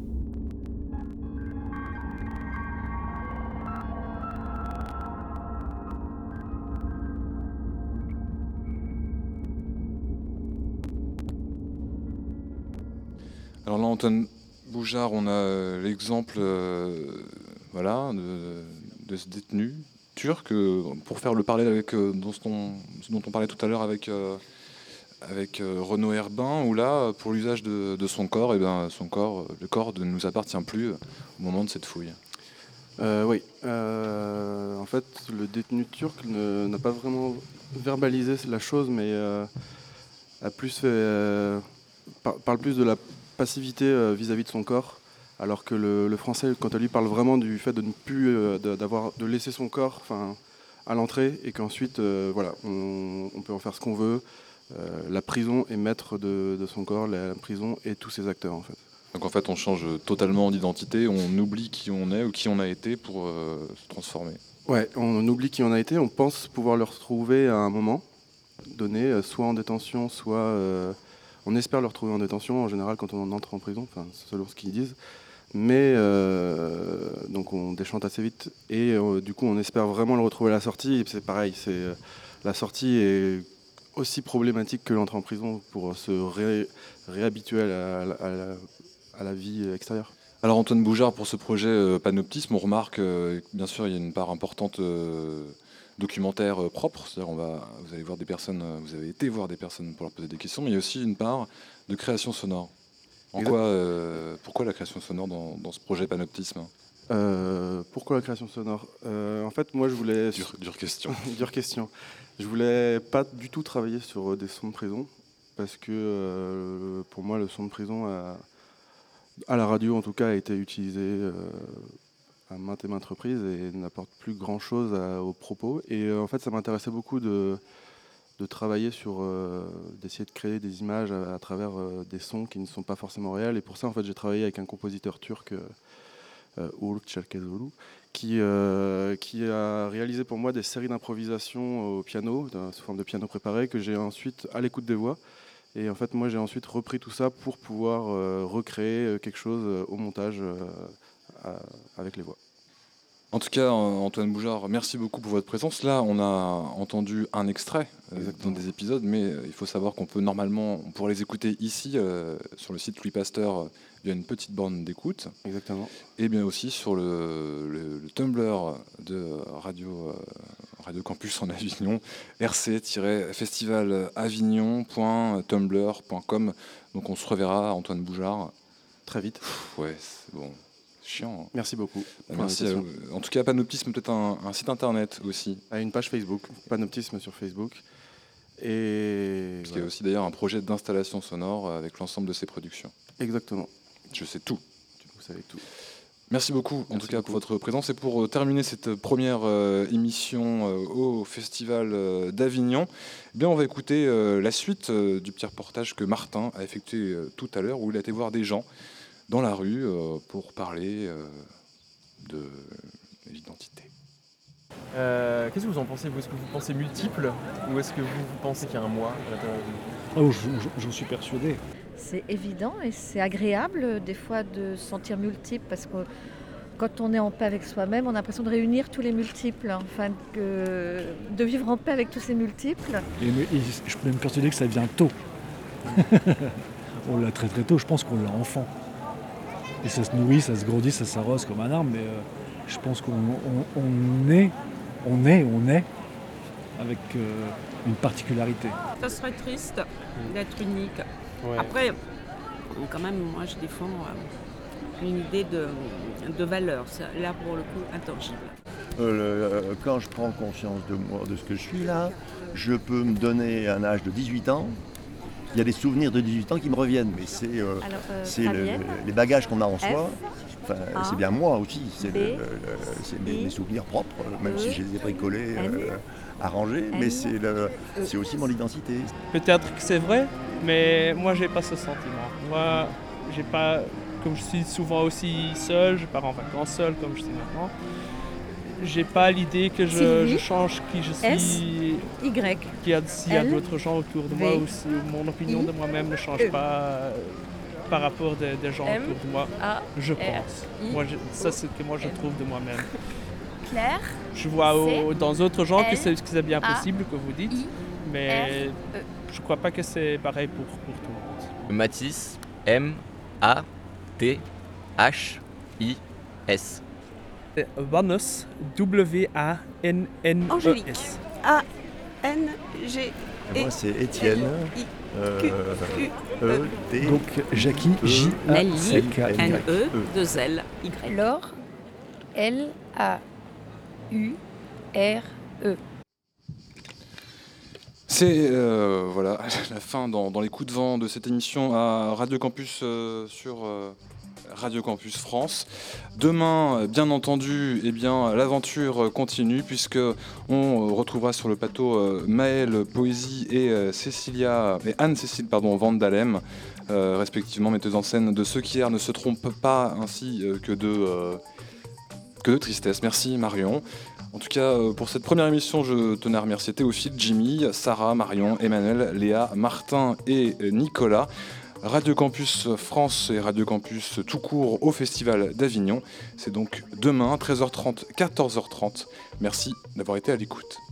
Alors là, Antoine Boujard, on a l'exemple voilà, de ce détenu turc, pour faire le parallèle avec ce dont on parlait tout à l'heure avec Renaud Herbin, où là, pour l'usage de son corps, le corps ne nous appartient plus au moment de cette fouille. Oui. En fait, le détenu turc n'a pas vraiment verbalisé la chose, mais a plus parle plus de la passivité vis-à-vis de son corps, alors que le français, quant à lui, parle vraiment du fait de ne plus de laisser son corps à l'entrée, et qu'ensuite voilà, on peut en faire ce qu'on veut. La prison est maître de son corps, la prison et tous ses acteurs en fait. Donc en fait on change totalement d'identité, on oublie qui on est ou qui on a été pour se transformer. Ouais, on oublie qui on a été, on pense pouvoir le retrouver à un moment donné, soit en détention, soit... on espère le retrouver en détention, en général quand on entre en prison, selon ce qu'ils disent. Mais donc on déchante assez vite et du coup on espère vraiment le retrouver à la sortie. Et c'est pareil, la sortie est aussi problématique que l'entrée en prison pour se réhabituer à la vie extérieure. Alors Antoine Boujard, pour ce projet Panoptisme, on remarque bien sûr il y a une part importante documentaire propre, c'est-à-dire vous allez voir des personnes, vous avez été voir des personnes pour leur poser des questions, mais il y a aussi une part de création sonore. Pourquoi la création sonore dans ce projet Panoptisme ? Pourquoi la création sonore ? En fait, moi, je voulais... Dure question. Dure question. Je voulais pas du tout travailler sur des sons de prison, parce que pour moi, le son de prison, à la radio en tout cas, a été utilisé à maintes et maintes reprises et n'apporte plus grand-chose aux propos. Et en fait, ça m'intéressait beaucoup de travailler sur, d'essayer de créer des images à travers des sons qui ne sont pas forcément réels. Et pour ça, en fait, j'ai travaillé avec un compositeur turc, Uğur Çerkezoglu, qui a réalisé pour moi des séries d'improvisation au piano, sous forme de piano préparé, que j'ai ensuite, à l'écoute des voix. Et en fait, moi, j'ai ensuite repris tout ça pour pouvoir recréer quelque chose au montage avec les voix. En tout cas, Antoine Boujard, merci beaucoup pour votre présence. Là, on a entendu un extrait dans des épisodes, mais il faut savoir qu'on peut normalement, on pourrait les écouter ici, sur le site Louis Pasteur, via une petite borne d'écoute. Exactement. Et bien aussi sur le Tumblr de Radio Campus en Avignon, rc-festivalavignon.tumblr.com. Donc on se reverra, Antoine Boujard. Très vite. Ouais, c'est bon. Chiant. Hein. Merci beaucoup. Merci à vous. En tout cas, Panoptisme, peut-être un site internet aussi. Une page Facebook, Panoptisme sur Facebook. Et il y a aussi d'ailleurs un projet d'installation sonore avec l'ensemble de ses productions. Exactement. Je sais tout. Vous savez tout. Merci beaucoup en tout cas pour votre présence et pour terminer cette première émission au Festival d'Avignon. Eh bien, on va écouter la suite du petit reportage que Martin a effectué tout à l'heure où il a été voir des gens dans la rue pour parler de l'identité. Qu'est-ce que vous en pensez ? Est-ce que vous pensez multiple ou est-ce que vous pensez qu'il y a un moi à l'intérieur de vous ? J'en suis persuadé. C'est évident et c'est agréable des fois de se sentir multiple parce que quand on est en paix avec soi-même, on a l'impression de réunir tous les multiples, de vivre en paix avec tous ces multiples. Et je peux même persuader que ça vient tôt. On l'a très très tôt, je pense qu'on l'a enfant. Et ça se nourrit, ça se grandit, ça s'arrose comme un arbre, mais je pense qu'on est on est avec une particularité. Ça serait triste d'être unique. Après, quand même, moi je défends une idée de valeur, là pour le coup intangible. Quand je prends conscience de moi, de ce que je suis là, je peux me donner un âge de 18 ans. Il y a des souvenirs de 18 ans qui me reviennent, mais c'est les bagages qu'on a en soi. Enfin, c'est bien moi aussi, c'est mes souvenirs propres, même si je les ai bricolés, arrangés, mais c'est aussi mon identité. Peut-être que c'est vrai, mais moi j'ai pas ce sentiment. Moi, j'ai pas, comme je suis souvent aussi seul, je pars en vacances seul comme je suis maintenant. J'ai pas l'idée que je change qui je suis. Y. S'il y a d'autres gens autour de moi, ou si mon opinion de moi-même ne change pas par rapport des gens autour de moi, je pense. Moi, ça, c'est ce que moi je trouve de moi-même. Claire. Je vois dans d'autres gens que c'est bien possible que vous dites, mais je crois pas que c'est pareil pour tout le monde. Mathis, M-A-T-H-I-S. Wannes, W-A-N-N-E-S. Angélique, A-N-G. Moi, c'est Étienne. E-T. Donc Jackie, J-A-C-K. N-E, 2-L, Y. Laure, L-A-U-R-E. C'est voilà, la fin dans les coups de vent de cette émission à Radio Campus sur Radio Campus France. Demain, bien entendu, l'aventure continue puisque on retrouvera sur le plateau Maëlle Poésie et Anne-Cécile Van Dalem, respectivement metteuse en scène de Ceux qui errent ne se trompent pas, ainsi que de Tristesse. Merci Marion. En tout cas, pour cette première émission, je tenais à remercier Théophile, Jimmy, Sarah, Marion, Emmanuel, Léa, Martin et Nicolas. Radio Campus France et Radio Campus tout court au Festival d'Avignon. C'est donc demain, 13h30, 14h30. Merci d'avoir été à l'écoute.